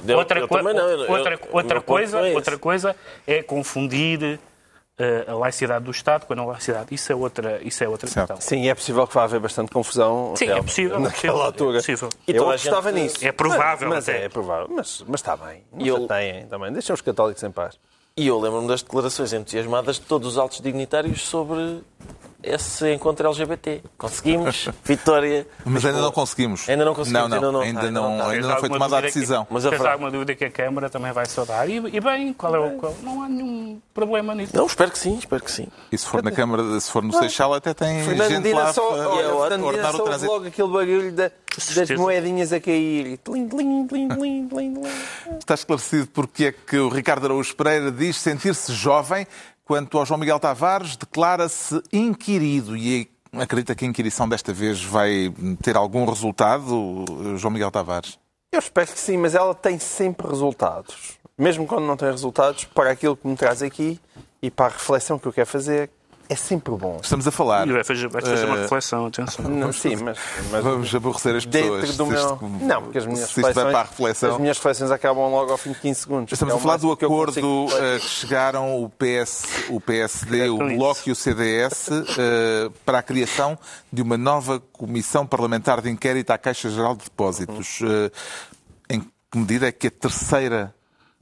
Outra coisa é confundir a laicidade do Estado com a não laicidade. Isso é outra questão. Sim, é possível que vá haver bastante confusão. Sim, é possível. Naquela altura. É possível. Eu apostava nisso. É provável. Mas até. é provável. Mas está bem. Não têm também. Deixem os católicos em paz. E eu lembro-me das declarações entusiasmadas de todos os altos dignitários sobre esse encontro LGBT. Conseguimos, vitória. Mas ainda não conseguimos. Ainda não conseguimos. Ainda não foi tomada a decisão. Mas Tens alguma dúvida que a Câmara também vai saudar? E bem, não há nenhum problema nisso. Não, espero que sim. E se for na Câmara, se for no Seixal, até tem Fernando gente Medina lá Fernando a ordenar o trânsito. logo aquele barulho das moedinhas a cair. Tling, tling, tling, tling, tling, tling. Está esclarecido porque é que o Ricardo Araújo Pereira diz sentir-se jovem. Quanto ao João Miguel Tavares, declara-se inquirido e acredita que a inquirição desta vez vai ter algum resultado, João Miguel Tavares? Eu espero que sim, mas ela tem sempre resultados. Mesmo quando não tem resultados, para aquilo que me traz aqui e para a reflexão que eu quero fazer, é sempre bom. Estamos a falar... E vai fazer uma reflexão, atenção. Não, sim, mas vamos aborrecer as pessoas. dentro do meu... Não, porque as minhas se isto vai para a reflexão. as minhas reflexões acabam logo ao fim de 15 segundos. Estamos a falar do acordo que chegaram o PSD, o Bloco e o CDS para a criação de uma nova comissão parlamentar de inquérito à Caixa Geral de Depósitos. Em que medida é que a terceira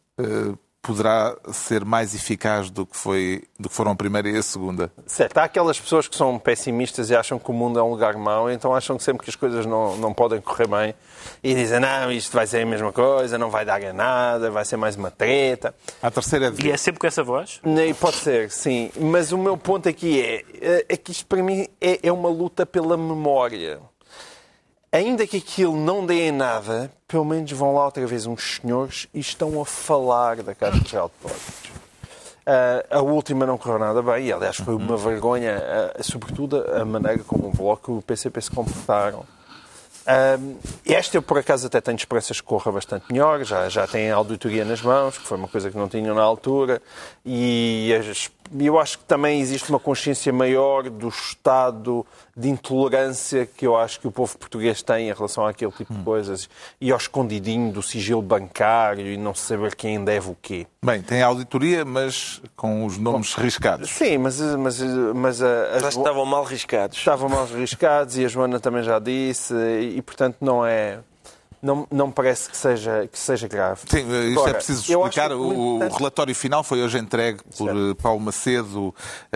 poderá ser mais eficaz do que foram a primeira e a segunda? Certo, há aquelas pessoas que são pessimistas e acham que o mundo é um lugar mau, então acham que sempre que as coisas não podem correr bem e dizem, não, isto vai ser a mesma coisa, não vai dar a nada, vai ser mais uma treta. A terceira E é sempre com essa voz? E pode ser, sim. Mas o meu ponto aqui é que isto para mim é uma luta pela memória. Ainda que aquilo não dê em nada, pelo menos vão lá outra vez uns senhores e estão a falar da Caixa Geral de Depósitos. A última não correu nada bem, e aliás foi uma vergonha, sobretudo a maneira como o Bloco e o PCP se comportaram. Esta eu, por acaso, até tenho esperanças que corra bastante melhor, já tem a auditoria nas mãos, que foi uma coisa que não tinham na altura, e eu acho que também existe uma consciência maior do estado de intolerância que eu acho que o povo português tem em relação àquele tipo de coisas, e ao escondidinho do sigilo bancário e não saber quem deve o quê. Bem, tem a auditoria, mas com os nomes riscados. Sim, mas Acho que estavam mal riscados. Estavam mal riscados e a Joana também já disse, e portanto não me parece que seja grave. Sim, isto Agora, é preciso eu explicar. acho O relatório final foi hoje entregue por Paulo Macedo,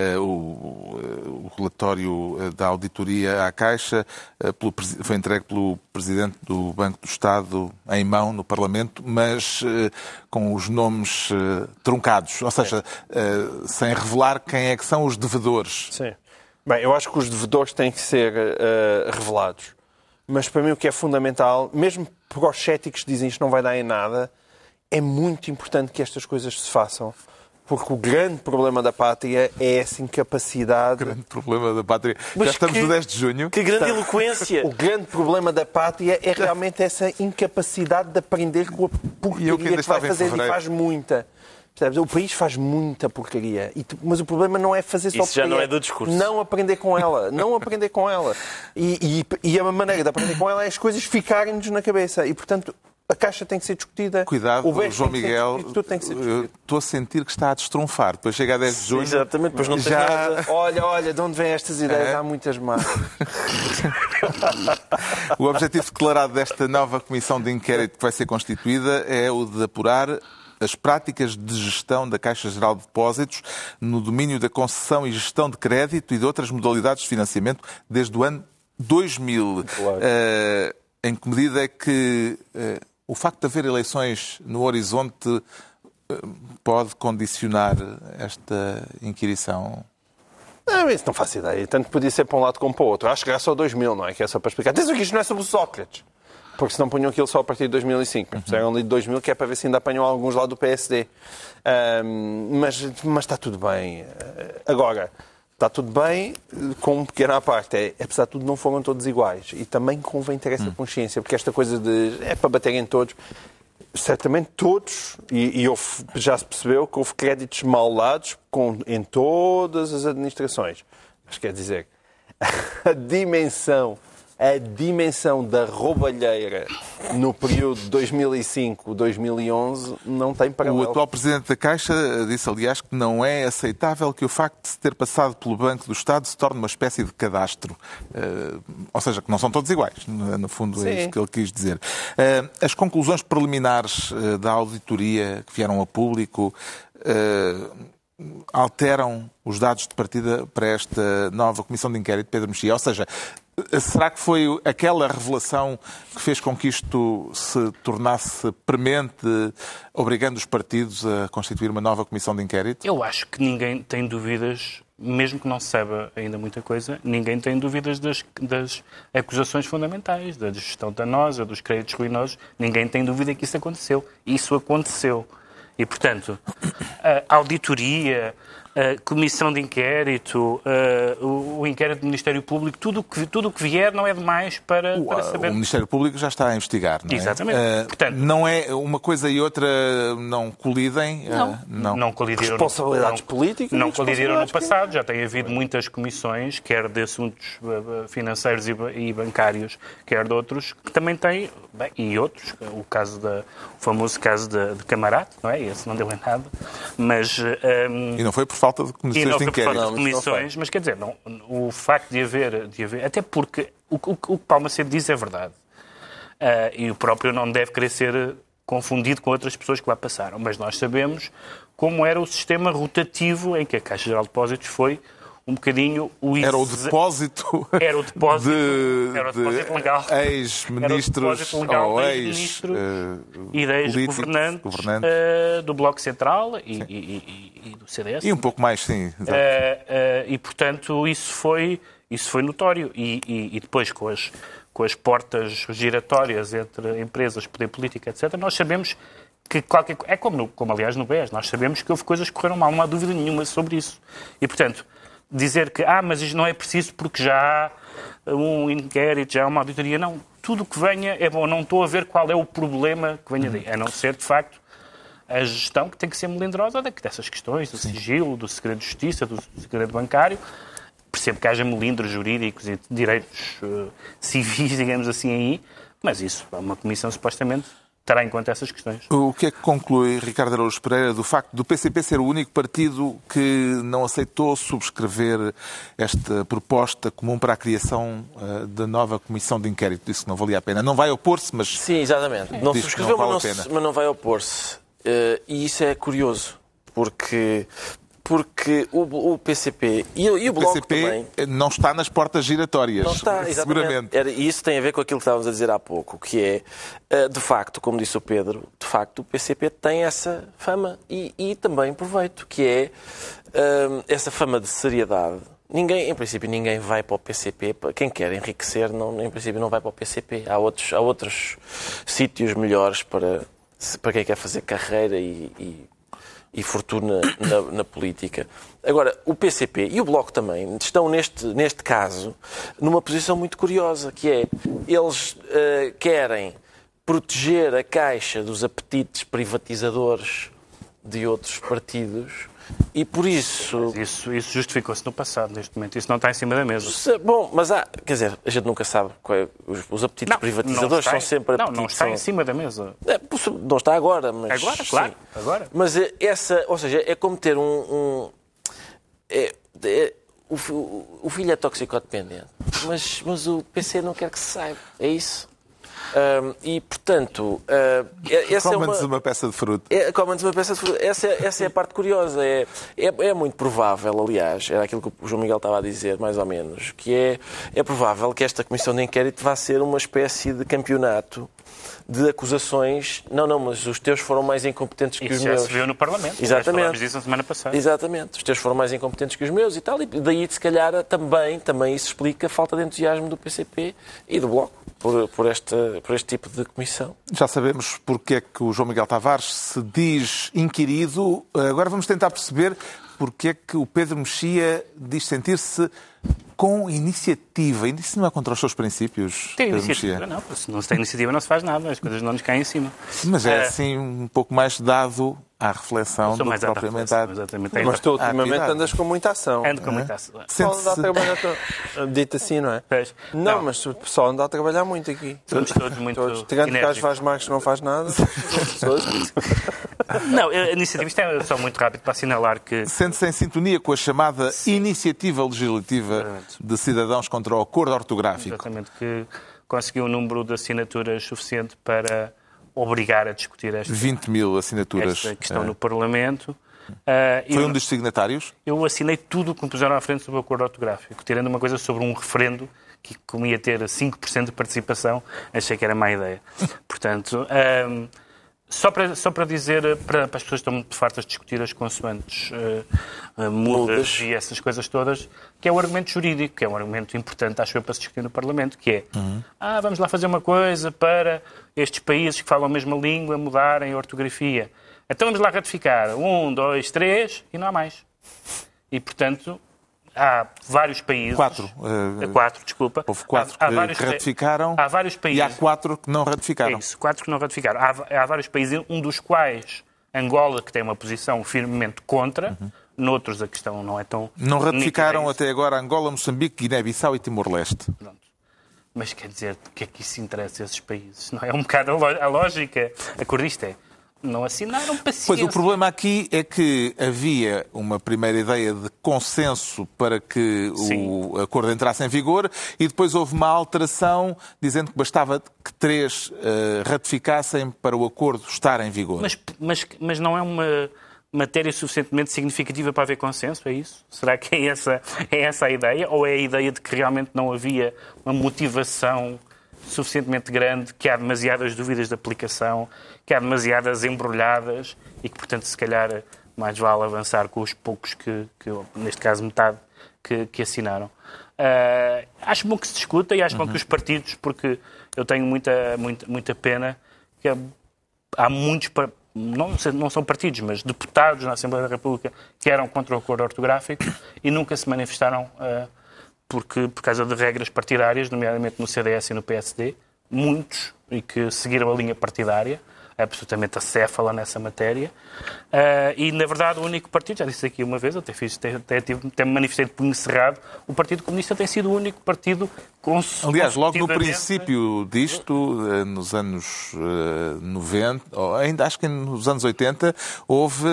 o relatório da auditoria à Caixa, foi entregue pelo Presidente do Banco do Estado em mão no Parlamento, mas com os nomes truncados, ou seja, sem revelar quem é que são os devedores. Sim. Bem, eu acho que os devedores têm que ser revelados. Mas para mim o que é fundamental, mesmo para os céticos que dizem isto não vai dar em nada, é muito importante que estas coisas se façam. Porque o grande problema da pátria é essa incapacidade... Grande problema da pátria. Mas Já estamos no 10 de junho. Que grande eloquência! O grande problema da pátria é realmente essa incapacidade de aprender com a E eu que porcaria ainda que vai estava em fazer, e fevereiro. faz muita. Percebes? O país faz muita porcaria. Mas o problema não é fazer só Isso já porcaria. não é do discurso. Não aprender com ela. Não aprender com ela. E a maneira de aprender com ela é as coisas ficarem-nos na cabeça. E, portanto, a Caixa tem que ser discutida. Cuidado, o BES João tem que ser Miguel. discutido, tudo tem que ser Eu discutido. estou a sentir que está a destronfar. Depois chega a 10 de junho. Exatamente, depois não tens já... nada. Olha, de onde vêm estas ideias? Há muitas más. O objetivo declarado desta nova comissão de inquérito que vai ser constituída é o de apurar as práticas de gestão da Caixa Geral de Depósitos no domínio da concessão e gestão de crédito e de outras modalidades de financiamento desde o ano 2000. Claro. Em que medida é que o facto de haver eleições no horizonte pode condicionar esta inquirição? Não, isso não faço ideia. Tanto podia ser para um lado como para o outro. Acho que é só 2000, não é? Que é só para explicar. Atenção que isto não é sobre o Sócrates. Porque senão punham aquilo só a partir de 2005. Mas fizeram ali de 2000, que é para ver se ainda apanham alguns lá do PSD. Mas está tudo bem. Agora, está tudo bem com um pequeno à parte. Apesar de tudo, não foram todos iguais. E também convém ter essa consciência. Porque esta coisa de... é para bater em todos... Certamente todos, e já se percebeu que houve créditos mal dados em todas as administrações. Mas quer dizer, a dimensão da roubalheira no período de 2005-2011 não tem O paralelo. atual Presidente da Caixa disse, aliás, que não é aceitável que o facto de se ter passado pelo Banco do Estado se torne uma espécie de cadastro. Ou seja, que não são todos iguais. No fundo, é Sim. isso que ele quis dizer. As conclusões preliminares da auditoria que vieram a público alteram os dados de partida para esta nova Comissão de Inquérito, Pedro Mexia. Ou seja, será que foi aquela revelação que fez com que isto se tornasse premente, obrigando os partidos a constituir uma nova Comissão de Inquérito? Eu acho que ninguém tem dúvidas, mesmo que não se saiba ainda muita coisa, ninguém tem dúvidas das acusações fundamentais, da gestão danosa, dos créditos ruinosos. Ninguém tem dúvida que isso aconteceu. Isso aconteceu. E, portanto, a auditoria, a comissão de inquérito, o inquérito do Ministério Público, tudo o que vier não é demais para saber. O Ministério Público já está a investigar, não é? Exatamente. Portanto, não é uma coisa e outra não colidem? Não colidiram. Responsabilidades políticas Não e colidiram no responsabilidades passado. Já tem havido muitas comissões, quer de assuntos financeiros e bancários, quer de outros, que também têm, e outros, o famoso caso de Camarate, não é? Esse não deu em nada, mas... E não foi por falta de comissões de inquérito. Não, comissões, mas quer dizer, o facto de haver, até porque o que Paulo Macedo diz é verdade. E o próprio não deve querer ser confundido com outras pessoas que lá passaram. Mas nós sabemos como era o sistema rotativo em que a Caixa Geral de Depósitos foi um bocadinho o... Era o depósito, Era o depósito, de era o depósito legal. ex-ministros ou e de ex-governantes do Bloco Central e do CDS. E um pouco mais, sim. E, portanto, isso foi notório. E depois, com as portas giratórias entre empresas, poder político, etc., nós sabemos que é como aliás no BES, nós sabemos que houve coisas que correram mal, não há dúvida nenhuma sobre isso. E, portanto, dizer que mas isto não é preciso porque já há um inquérito, já há uma auditoria, não. Tudo o que venha é bom, não estou a ver qual é o problema que venha daí, a não ser, de facto, a gestão que tem que ser melindrosa dessas questões, do sigilo, do segredo de justiça, do segredo bancário. Percebo que haja melindros jurídicos e direitos civis, digamos assim, aí, mas isso, uma comissão supostamente terá em conta essas questões. O que é que conclui Ricardo Araújo Pereira do facto do PCP ser o único partido que não aceitou subscrever esta proposta comum para a criação da nova comissão de inquérito? Disse que não valia a pena. Não vai opor-se, mas... Sim, exatamente. Não Diz que subscreveu, não vale a pena. mas não vai opor-se. E isso é curioso, porque o PCP e o Bloco PCP também... não está nas portas giratórias. Não está, exatamente. Seguramente. E isso tem a ver com aquilo que estávamos a dizer há pouco, que é, de facto, como disse o Pedro, de facto o PCP tem essa fama e também proveito, que é essa fama de seriedade. Em princípio, ninguém vai para o PCP. Quem quer enriquecer, em princípio, não vai para o PCP. Há outros sítios melhores para quem quer fazer carreira e e fortuna na política. Agora, o PCP e o Bloco também estão, neste caso, numa posição muito curiosa, que é, eles querem proteger a Caixa dos apetites privatizadores de outros partidos e, por isso... Isso justificou-se no passado, neste momento. Isso não está em cima da mesa. Bom, mas quer dizer, a gente nunca sabe. Os apetites privatizadores são sempre apetites... Não está em cima da mesa. Não está agora, mas... Agora, claro. Agora. Mas ou seja, é como ter o filho é toxicodependente, mas o PC não quer que se saiba. É isso. E, portanto, Come-nos uma peça de fruta. Come-nos uma peça de fruta. Essa é a parte curiosa. É muito provável, aliás, era aquilo que o João Miguel estava a dizer, mais ou menos, que é provável que esta comissão de inquérito vá ser uma espécie de campeonato de acusações. Não, mas os teus foram mais incompetentes que os meus. Isso já se viu no Parlamento. Exatamente. Falámos disso na semana passada. Exatamente. Os teus foram mais incompetentes que os meus e tal. E daí, se calhar, também isso explica a falta de entusiasmo do PCP e do Bloco por este tipo de comissão. Já sabemos porque é que o João Miguel Tavares se diz inquirido. Agora vamos tentar perceber porque é que o Pedro Mexia diz sentir-se com iniciativa. Isso não é contra os seus princípios, Tem Pedro iniciativa, Mexia? não. Se não se tem iniciativa, não se faz nada. As coisas não nos caem em cima. Mas é assim um pouco mais dado à reflexão do que propriamente à... Exatamente. Mas tu ultimamente atividade. andas com muita ação. Ando com muita ação. Pessoal anda a trabalhar... Dito assim, não é? Pois. Não, mas o pessoal anda a trabalhar muito aqui. Somos todos muito Tirando que às enérgicos. faz Marcos não faz nada. Pessoas... Não, a iniciativa, isto é só muito rápido para assinalar que... Sente-se em sintonia com a chamada Iniciativa Legislativa de Cidadãos contra o Acordo Ortográfico. Exatamente, que conseguiu um número de assinaturas suficiente para obrigar a discutir 20 mil assinaturas. esta questão no Parlamento. Foi um dos signatários? Eu assinei tudo o que me puseram à frente sobre o acordo ortográfico, tirando uma coisa sobre um referendo que como ia ter 5% de participação, achei que era má ideia. Portanto, só para dizer, para as pessoas que estão muito fartas de discutir as consoantes mudas e essas coisas todas, que é o argumento jurídico, que é um argumento importante, acho eu, para se discutir no Parlamento, que é, vamos lá fazer uma coisa para estes países que falam a mesma língua mudarem a ortografia. Então vamos lá ratificar. 1, 2, 3 e não há mais. E, portanto, há vários países... 4, desculpa. Houve 4 que ratificaram há vários países, e há 4 que não ratificaram. É isso, 4 que não ratificaram. Há vários países, um dos quais Angola, que tem uma posição firmemente contra, noutros a questão não é tão... Não ratificaram nítida. até agora Angola, Moçambique, Guiné-Bissau e Timor-Leste. Pronto. Mas quer dizer, o que é que isso interessa a esses países? Não é um bocado a lógica. A cordista é... Não assinaram, paciência. Pois o problema aqui é que havia uma primeira ideia de consenso para que o acordo entrasse em vigor e depois houve uma alteração dizendo que bastava que 3 ratificassem para o acordo estar em vigor. Mas não é uma matéria suficientemente significativa para haver consenso, é isso? Será que é essa a ideia? Ou é a ideia de que realmente não havia uma motivação suficientemente grande, que há demasiadas dúvidas de aplicação, que há demasiadas embrulhadas e que, portanto, se calhar mais vale avançar com os poucos que neste caso metade, que assinaram. Acho bom que se discuta e acho bom que os partidos, porque eu tenho muita pena que há muitos, não são partidos, mas deputados na Assembleia da República que eram contra o acordo ortográfico e nunca se manifestaram por causa de regras partidárias, nomeadamente no CDS e no PSD, muitos, e que seguiram a linha partidária, absolutamente acéfala nessa matéria. E, na verdade, o único partido, já disse aqui uma vez, até me manifestei de punho cerrado, o Partido Comunista tem sido o único partido Aliás, logo no princípio disto, nos anos 90, ou ainda acho que nos anos 80, houve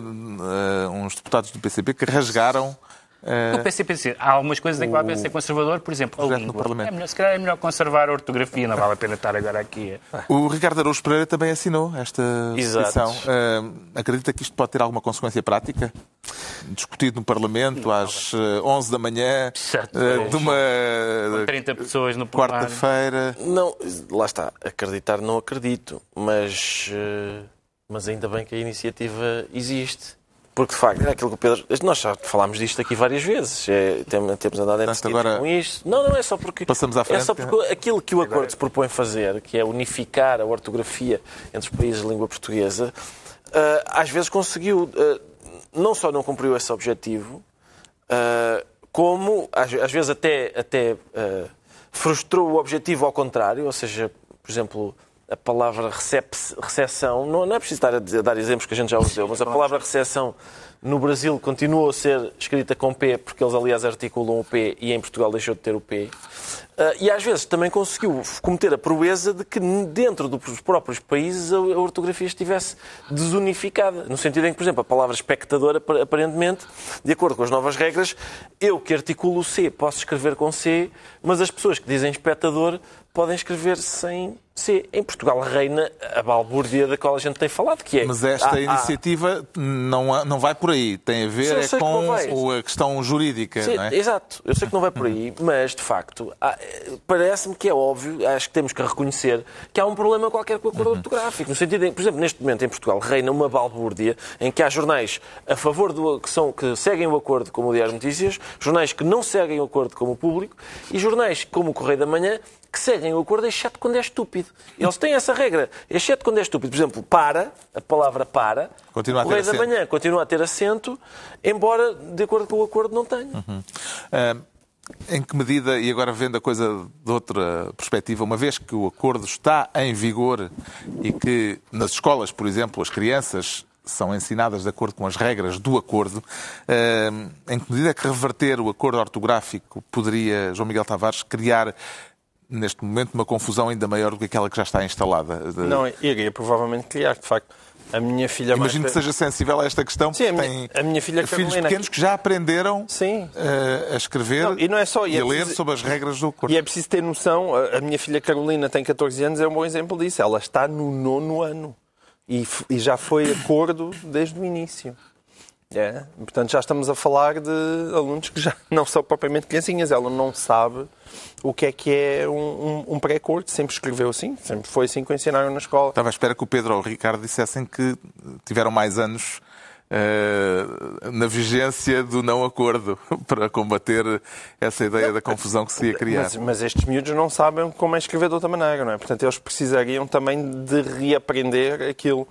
uns deputados do PCP que rasgaram... O PCP, há algumas coisas em que vai ser conservador, por exemplo, a língua. Se calhar é melhor conservar a ortografia, não vale a pena estar agora aqui. O Ricardo Araújo Pereira também assinou esta petição. Acredita que isto pode ter alguma consequência prática? Discutido no Parlamento às 11 da manhã, de uma 30 pessoas no quarta-feira. Não, lá está. Acreditar não acredito, mas ainda bem que a iniciativa existe. Porque, de facto, é aquilo que o Pedro... Nós já falámos disto aqui várias vezes. Temos andado em agora... com isto. Não é só porque... Passamos à frente. É só porque aquilo que o acordo se propõe fazer, que é unificar a ortografia entre os países de língua portuguesa, às vezes conseguiu, não só não cumpriu esse objetivo, como às vezes até frustrou o objetivo ao contrário, ou seja, por exemplo, a palavra recessão, não é preciso estar a dar exemplos que a gente já usou, mas a palavra recessão no Brasil continuou a ser escrita com P, porque eles, aliás, articulam o P e em Portugal deixou de ter o P. E às vezes também conseguiu cometer a proeza de que dentro dos próprios países a ortografia estivesse desunificada. No sentido em que, por exemplo, a palavra espectador, aparentemente, de acordo com as novas regras, eu que articulo o C posso escrever com C, mas as pessoas que dizem espectador podem escrever sem C. Em Portugal reina a balbúrdia da qual a gente tem falado, que é... Mas esta iniciativa não vai por aí. Tem a ver com a questão jurídica, Sim, não é? Exato. Eu sei que não vai por aí, mas, de facto, parece-me que é óbvio, acho que temos que reconhecer que há um problema qualquer com o acordo ortográfico. No sentido em, por exemplo, neste momento em Portugal reina uma balbúrdia em que há jornais a favor que seguem o acordo, como o Diário de Notícias, jornais que não seguem o acordo, como o Público, e jornais como o Correio da Manhã, que seguem o acordo, exceto quando é estúpido. Eles têm essa regra, exceto quando é estúpido. Por exemplo, a palavra para, o Correio da Manhã continua a ter acento, embora, de acordo com o acordo, não tenha. Em que medida, e agora vendo a coisa de outra perspectiva, uma vez que o acordo está em vigor e que nas escolas, por exemplo, as crianças são ensinadas de acordo com as regras do acordo, em que medida é que reverter o acordo ortográfico poderia, João Miguel Tavares, criar neste momento uma confusão ainda maior do que aquela que já está instalada? Não, iria provavelmente criar, de facto. A minha filha Imagino que seja sensível a esta questão, Sim, porque tem a minha filha filhos Carolina, pequenos que já aprenderam Sim. A escrever Não, e não é só, e a ler sobre as regras do acordo. E é preciso ter noção, a minha filha Carolina tem 14 anos, é um bom exemplo disso. Ela está no 9º ano e já foi acordo desde o início. Portanto, já estamos a falar de alunos que já não são propriamente criancinhas. Ela não sabe o que é um pré-acordo. Sempre escreveu assim, sempre foi assim que o ensinaram na escola. Estava à espera que o Pedro ou o Ricardo dissessem que tiveram mais anos na vigência do não acordo para combater essa ideia da confusão que se ia criar. Mas estes miúdos não sabem como é escrever de outra maneira, não é? Portanto, eles precisariam também de reaprender aquilo.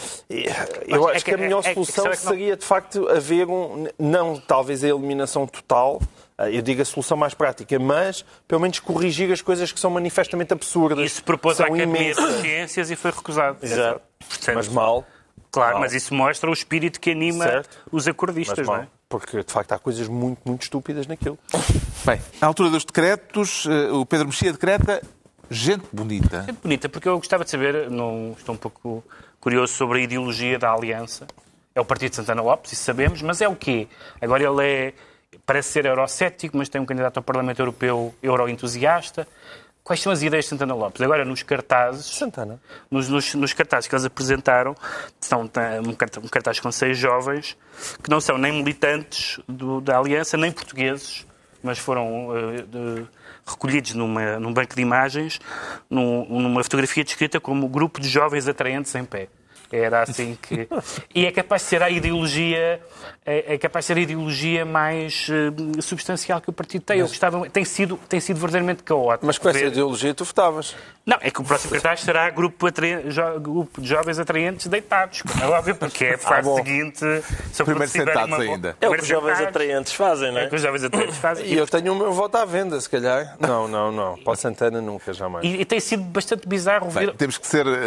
Eu acho que a melhor solução seria, de facto, haver não talvez a eliminação total, eu digo a solução mais prática, mas pelo menos corrigir as coisas que são manifestamente absurdas. Isso propôs a Academia de Ciências e foi recusado. Exato. Portanto, mas mal. Claro, mas isso mostra o espírito que anima os acordistas, não é? Porque, de facto, há coisas muito, muito estúpidas naquilo. Bem, à altura dos decretos, o Pedro Mexia decreta gente bonita. Gente bonita, porque eu gostava de saber, estou um pouco curioso sobre a ideologia da Aliança. É o Partido de Santana Lopes, isso sabemos, mas é o quê? Agora ele parece ser eurocético, mas tem um candidato ao Parlamento Europeu euroentusiasta. Quais são as ideias de Santana Lopes? Agora, nos cartazes... Santana? Nos cartazes que eles apresentaram, são um cartaz com 6 jovens que não são nem militantes da Aliança, nem portugueses, mas foram recolhidos num banco de imagens, numa fotografia descrita como grupo de jovens atraentes em pé. Era assim que... E é capaz de ser a ideologia... É capaz de ser a ideologia mais substancial que o partido tem. Tem sido verdadeiramente caótico. Mas com essa ideologia tu votavas. Não, é que o próximo cartaz será grupo de jovens atraentes deitados. É óbvio, porque é a fase seguinte... Primeiro sentados ainda. É o que os jovens atraentes fazem, não é? É o que os jovens atraentes fazem. E eu tenho o meu voto à venda, se calhar. Não. Para Santana nunca, jamais. E tem sido bastante bizarro ver... Temos que ser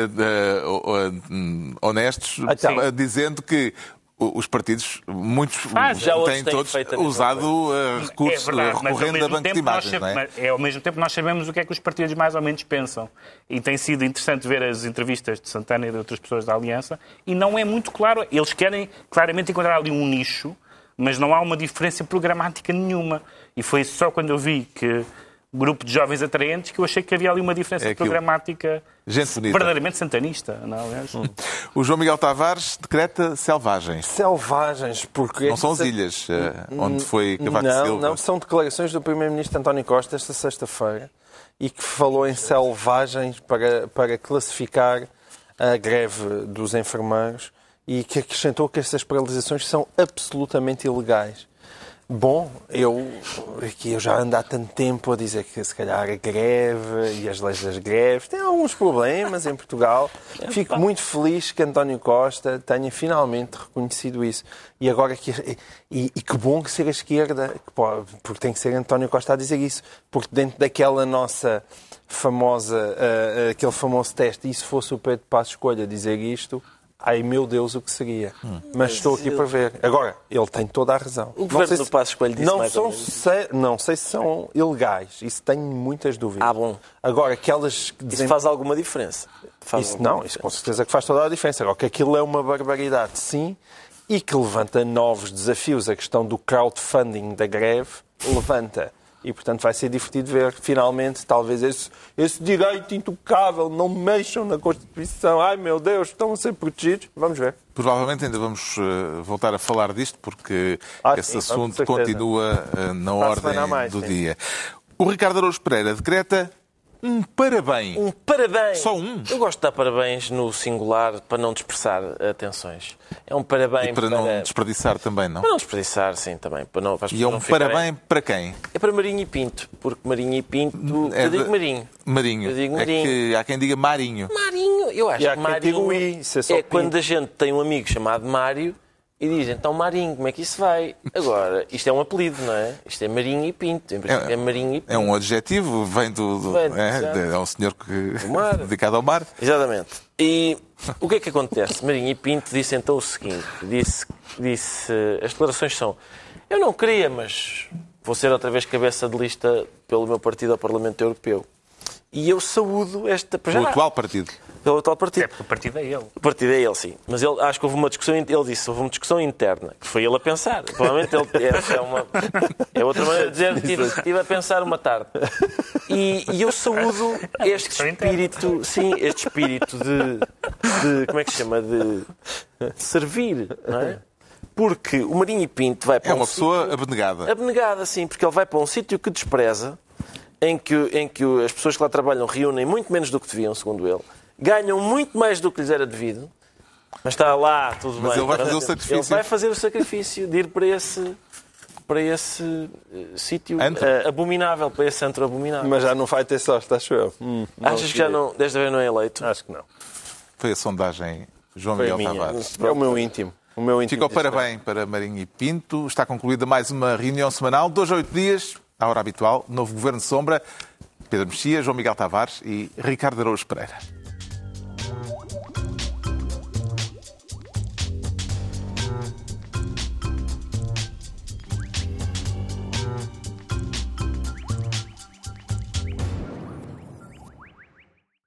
honestos, dizendo que os partidos, muitos têm todos usado recursos recorrendo a banco de imagens, não é? Ao mesmo tempo nós sabemos o que é que os partidos mais ou menos pensam. E tem sido interessante ver as entrevistas de Santana e de outras pessoas da Aliança e não é muito claro. Eles querem claramente encontrar ali um nicho, mas não há uma diferença programática nenhuma. E foi só quando eu vi que grupo de jovens atraentes que eu achei que havia ali uma diferença programática verdadeiramente santanista. Não, O João Miguel Tavares decreta selvagens. Selvagens, porque... Não são as ilhas onde foi Cavaco Silva. Não, são declarações do Primeiro-Ministro António Costa esta sexta-feira e que falou em selvagens para classificar a greve dos enfermeiros e que acrescentou que estas paralisações são absolutamente ilegais. Bom, eu já ando há tanto tempo a dizer que se calhar a greve e as leis das greves têm alguns problemas em Portugal. Fico muito feliz que António Costa tenha finalmente reconhecido isso. E agora que bom que ser a esquerda, porque tem que ser António Costa a dizer isso, porque dentro daquela nossa famosa, aquele famoso teste, e se fosse o Pedro Passos Coelho a dizer isto, ai meu Deus, o que seria? Mas estou aqui para ver. Agora, ele tem toda a razão. O governo do Passos Coelho disse mais ou menos. Não sei se são ilegais. Isso tenho muitas dúvidas. Ah, bom. Agora, aquelas que Isso faz alguma diferença? Isso com certeza que faz toda a diferença. Agora, que aquilo é uma barbaridade, sim, e que levanta novos desafios. A questão do crowdfunding da greve levanta. E, portanto, vai ser divertido ver, finalmente, talvez esse direito intocável, não mexam na Constituição. Ai, meu Deus, estão a ser protegidos. Vamos ver. Provavelmente ainda vamos voltar a falar disto, porque esse sim, assunto continua na ordem do dia. O Ricardo Araújo Pereira decreta um parabéns. Um parabéns. Só um? Eu gosto de dar parabéns no singular para não dispersar atenções. É um parabéns E para não desperdiçar também, não? Para não desperdiçar, sim, também. Para as E é um parabéns para quem? É para Marinho e Pinto, porque Marinho e Pinto... eu digo Marinho. Marinho. Eu digo É Marinho. que há quem diga Marinho. Marinho. Eu acho E há que quem diga Marinho isso é só Pinto. quando a gente tem um amigo chamado Mário e diz, então Marinho, como é que isso vai? Agora, isto é um apelido, não é? Isto é Marinho e Pinto. É Marinho e Pinto. É um adjetivo, vem é um senhor dedicado ao mar. Exatamente. E o que é que acontece? Marinho e Pinto disse então o seguinte, disse as declarações são, eu não queria, mas vou ser outra vez cabeça de lista pelo meu partido ao Parlamento Europeu. E eu saúdo esta... O atual partido. Pelo atual partido. É porque o partido é ele. O partido é ele, sim. Mas acho que houve uma discussão, ele disse, houve uma discussão interna, que foi ele a pensar. Provavelmente é outra maneira de dizer, estive a pensar uma tarde. E eu saúdo este espírito, sim, este espírito de como é que se chama? De servir, não é? Porque o Marinho e Pinto vai para uma pessoa abnegada. Abnegada, sim, porque ele vai para um sítio que despreza, em que as pessoas que lá trabalham reúnem muito menos do que deviam, segundo ele, ganham muito mais do que lhes era devido, mas está lá, tudo bem. Mas ele vai fazer o sacrifício. Ele vai fazer o sacrifício de ir para esse sítio abominável, para esse centro abominável. Mas já não vai ter sorte, acho eu. Achas que já não, desta vez não é eleito? Acho que não. Foi a sondagem João Foi a Miguel minha. Tavares. É o meu íntimo. Fica o parabéns para Marinho e Pinto. Está concluída mais uma reunião semanal, 2 a 8 dias, à hora habitual, novo Governo de Sombra, Pedro Mexia, João Miguel Tavares e Ricardo Araújo Pereira.